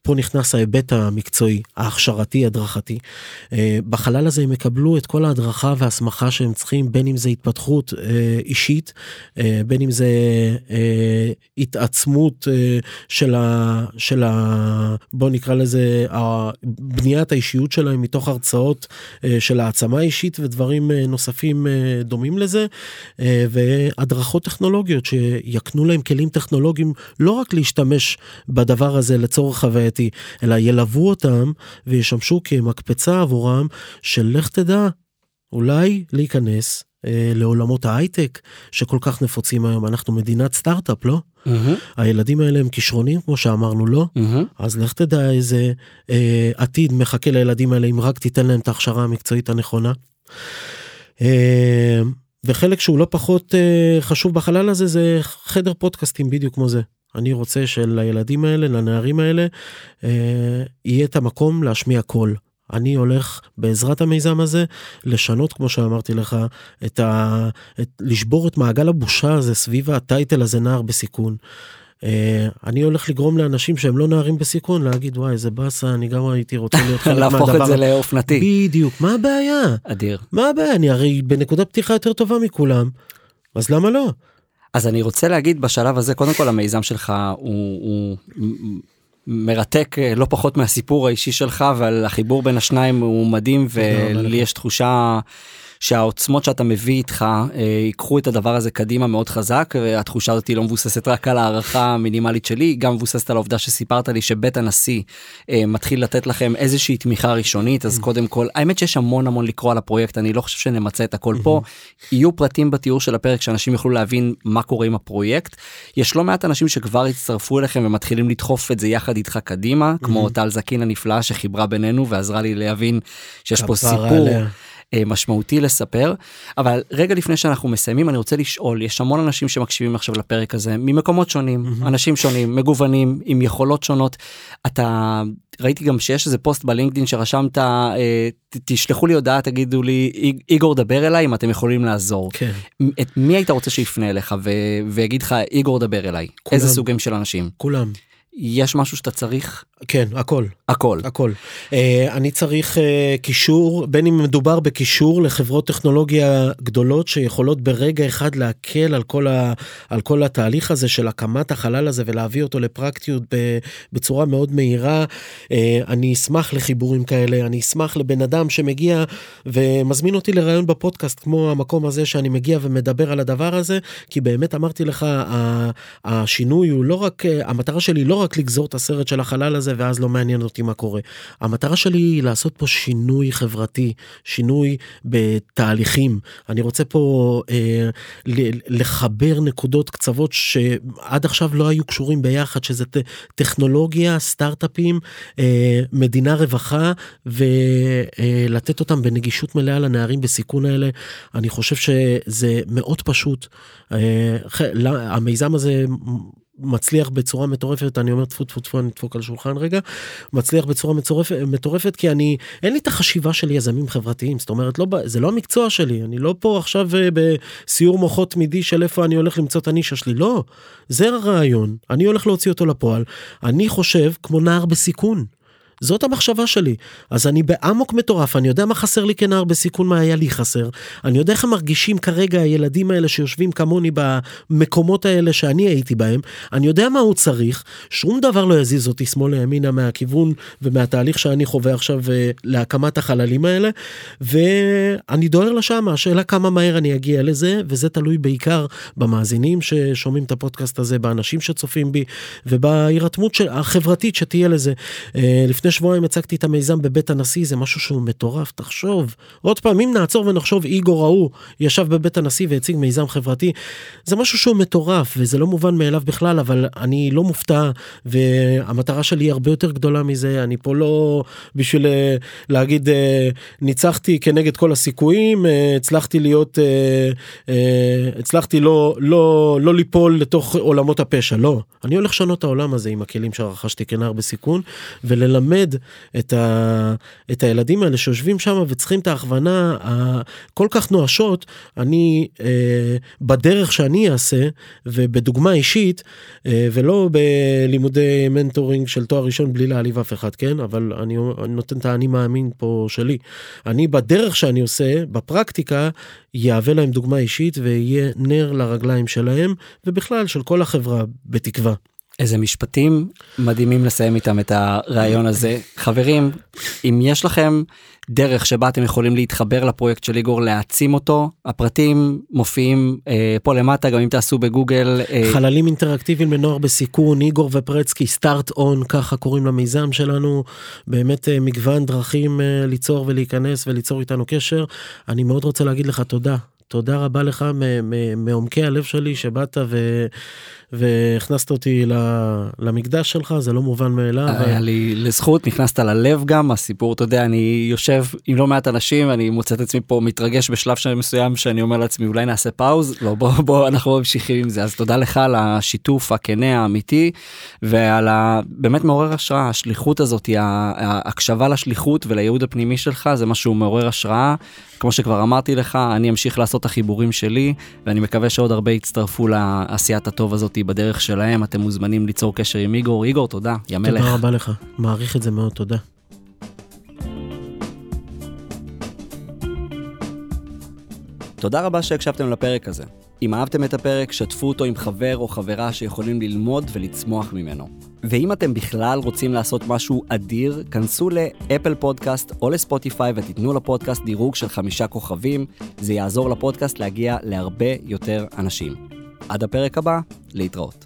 פה נכנס ההיבט המקצועי, ההכשרתי, הדרכתי. בחלל הזה הם יקבלו את כל ההדרכה והסמכה שהם צריכים, בין אם זה התפתחות אישית, בין אם זה התעצמות של ה... של ה... בוא נקרא לזה, בניית האישיות שלהם מתוך הרצאות של העצמה אישית ודברים נוספים דומים לזה, והדרכות טכנולוגיות שיקנו להם כלים טכנולוגיים, לא רק להשתמש בדבר הזה לצורך חווייתי, אלא ילוו אותם וישמשו כמקפצה עבורם של לך תדע, אולי להיכנס אה, לעולמות ההייטק שכל כך נפוצים היום. אנחנו מדינת סטארט-אפ, לא? Mm-hmm. הילדים האלה הם כישרונים, כמו שאמרנו, לא? Mm-hmm. אז לך תדע איזה אה, עתיד מחכה לילדים האלה, אם רק תיתן להם את ההכשרה המקצועית הנכונה. אה, וחלק שהוא לא פחות אה, חשוב בחלל הזה, זה חדר פודקאסטים בדיוק כמו זה. אני רוצה שלילדים האלה, לנערים האלה, אה, יהיה את המקום להשמיע קול. אני הולך בעזרת המיזם הזה, לשנות, כמו שאמרתי לך, את ה, את, לשבור את מעגל הבושה הזה, סביב הטייטל הזה, נער בסיכון. אה, אני הולך לגרום לאנשים שהם לא נערים בסיכון, להגיד, וואי, זה בסה, אני גם הייתי רוצה להיות חלק מהדבר. להפוך את זה לאופנתי. בדיוק, מה הבעיה? אדיר. מה הבעיה? אני הרי בנקודה פתיחה יותר טובה מכולם, אז למה לא? אז אני רוצה להגיד בשלב הזה, קודם כל המיזם שלך הוא, הוא מרתק לא פחות מהסיפור האישי שלך, אבל החיבור בין השניים הוא מדהים, ולי יש תחושה שהעוצמות שאתה מביא איתך, ייקחו את הדבר הזה קדימה מאוד חזק, והתחושה הזאת היא לא מבוססת רק על הערכה המינימלית שלי, היא גם מבוססת על העובדה שסיפרת לי שבית הנשיא מתחיל לתת לכם איזושהי תמיכה ראשונית, אז קודם כל, האמת שיש המון המון לקרוא על הפרויקט, אני לא חושב שנמצא את הכל פה, יהיו פרטים בתיאור של הפרק שאנשים יוכלו להבין מה קורה עם הפרויקט, יש לא מעט אנשים שכבר הצטרפו אליכם ומתחילים לדחוף את זה יחד איתך קדימה, כמו טל זקין הנפלאה שחיברה בינינו ועזרה לי להבין שיש פה סיפור משמעותי לספר, אבל רגע לפני שאנחנו מסיימים, אני רוצה לשאול, יש המון אנשים שמקשיבים עכשיו לפרק הזה, ממקומות שונים, mm-hmm. אנשים שונים, מגוונים, עם יכולות שונות, אתה, ראיתי גם שיש איזה פוסט בלינקדין שרשמת, אה, ת, תשלחו לי הודעה, תגידו לי, איגור דבר אליי, אם אתם יכולים לעזור. כן. את מי היית רוצה שיפנה אליך, ו, ויגיד לך, איגור דבר אליי? כולם. איזה סוגים של אנשים? כולם. יש משהו שאתה צריך? כן, הכל. הכל. הכל. Uh, אני צריך uh, קישור, בין אם מדובר בקישור לחברות טכנולוגיה גדולות שיכולות ברגע אחד להקל על כל, ה, על כל התהליך הזה של הקמת החלל הזה ולהביא אותו לפרקטיות בצורה מאוד מהירה. Uh, אני אשמח לחיבורים כאלה, אני אשמח לבן אדם שמגיע ומזמין אותי לרעיון בפודקאסט, כמו המקום הזה שאני מגיע ומדבר על הדבר הזה, כי באמת אמרתי לך, השינוי הוא לא רק, המטרה שלי לא רק לגזור את הסרט של החלל הזה, ואז לא מעניין אותי מה קורה. המטרה שלי היא לעשות פה שינוי חברתי, שינוי בתהליכים. אני רוצה פה אה, לחבר נקודות קצוות שעד עכשיו לא היו קשורים ביחד, שזה טכנולוגיה, סטארט-אפים, אה, מדינה רווחה, ולתת אותם בנגישות מלאה לנערים בסיכון האלה. אני חושב שזה מאוד פשוט. אה, המיזם הזה מצליח בצורה מטורפת, אני אומר תפו תפו תפו, אני דפוק על שולחן רגע, מצליח בצורה מטורפת, מטורפת, כי אני, אין לי את החשיבה של יזמים חברתיים, זאת אומרת, לא, זה לא המקצוע שלי, אני לא פה עכשיו בסיור מוחות תמידי של איפה אני הולך למצוא את הנישה שלי, לא, זה הרעיון, אני הולך להוציא אותו לפועל, אני חושב כמו נער בסיכון, זאת המחשבה שלי, אז אני בעמוק מטורף, אני יודע מה חסר לי כנער בסיכון, מה היה לי חסר, אני יודע איך הם מרגישים כרגע הילדים האלה שיושבים כמוני במקומות האלה שאני הייתי בהם, אני יודע מה הוא צריך, שום דבר לא יזיז אותי שמאלה ימינה מהכיוון ומהתהליך שאני חווה עכשיו להקמת החללים האלה, ואני דוהר לשם, השאלה כמה מהר אני אגיע לזה, וזה תלוי בעיקר במאזינים ששומעים את הפודקאסט הזה, באנשים שצופים בי, ובהירתמות החברתית שתהיה לזה. לפני שבועיים הצגתי את המיזם בבית הנשיא, זה משהו שהוא מטורף, תחשוב. עוד פעם, אם נעצור ונחשוב, איגור ראו, ישב בבית הנשיא והציג מיזם חברתי, זה משהו שהוא מטורף, וזה לא מובן מאליו בכלל, אבל אני לא מופתע, והמטרה שלי היא הרבה יותר גדולה מזה, אני פה לא בשביל להגיד, ניצחתי כנגד כל הסיכויים, הצלחתי להיות, הצלחתי לא, לא, לא ליפול לתוך עולמות הפשע, לא. אני הולך לשנות העולם הזה עם הכלים שרכשתי כנער בסיכון, וללמד ללמד את, ה, את הילדים האלה שיושבים שם וצריכים את ההכוונה כל כך נואשות, אני אה, בדרך שאני אעשה, ובדוגמה אישית, אה, ולא בלימודי מנטורינג של תואר ראשון בלי להעליב אף אחד, כן? אבל אני, אני נותן את האני מאמין פה שלי. אני בדרך שאני עושה, בפרקטיקה, יהווה להם דוגמה אישית, ויהיה נר לרגליים שלהם, ובכלל של כל החברה, בתקווה. איזה משפטים מדהימים לסיים איתם את הרעיון הזה. חברים, אם יש לכם דרך שבה אתם יכולים להתחבר לפרויקט של איגור, להעצים אותו, הפרטים מופיעים אה, פה למטה, גם אם תעשו בגוגל. אה... חללים אינטראקטיביים לנוער בסיכון, איגור ופרצקי, סטארט און, ככה קוראים למיזם שלנו, באמת אה, מגוון דרכים אה, ליצור ולהיכנס וליצור איתנו קשר. אני מאוד רוצה להגיד לך תודה. תודה רבה לך מעומקי הלב שלי שבאת ו... והכנסת אותי למקדש שלך, זה לא מובן מאליו. היה לי לזכות, נכנסת ללב גם, הסיפור, אתה יודע, אני יושב עם לא מעט אנשים, אני מוצא את עצמי פה מתרגש בשלב מסוים, שאני אומר לעצמי, אולי נעשה פאוז, לא, בוא, בוא, אנחנו ממשיכים עם זה, אז תודה לך על השיתוף הכנה, האמיתי, ועל ה... באמת מעורר השראה, השליחות הזאת, ההקשבה לשליחות ולייעוד הפנימי שלך, זה משהו מעורר השראה, כמו שכבר אמרתי לך, אני אמשיך לעשות את החיבורים שלי, ואני מקווה שעוד הרבה יצטרפו לעשיית הטוב הזאת בדרך שלהם. אתם מוזמנים ליצור קשר עם איגור. איגור, תודה, יא מלך. תודה רבה לך, מעריך את זה מאוד, תודה. תודה רבה שהקשבתם לפרק הזה. אם אהבתם את הפרק, שתפו אותו עם חבר או חברה שיכולים ללמוד ולצמוח ממנו. ואם אתם בכלל רוצים לעשות משהו אדיר, כנסו לאפל פודקאסט או לספוטיפיי ותיתנו לפודקאסט דירוג של חמישה כוכבים. זה יעזור לפודקאסט להגיע להרבה יותר אנשים. עד הפרק הבא, להתראות.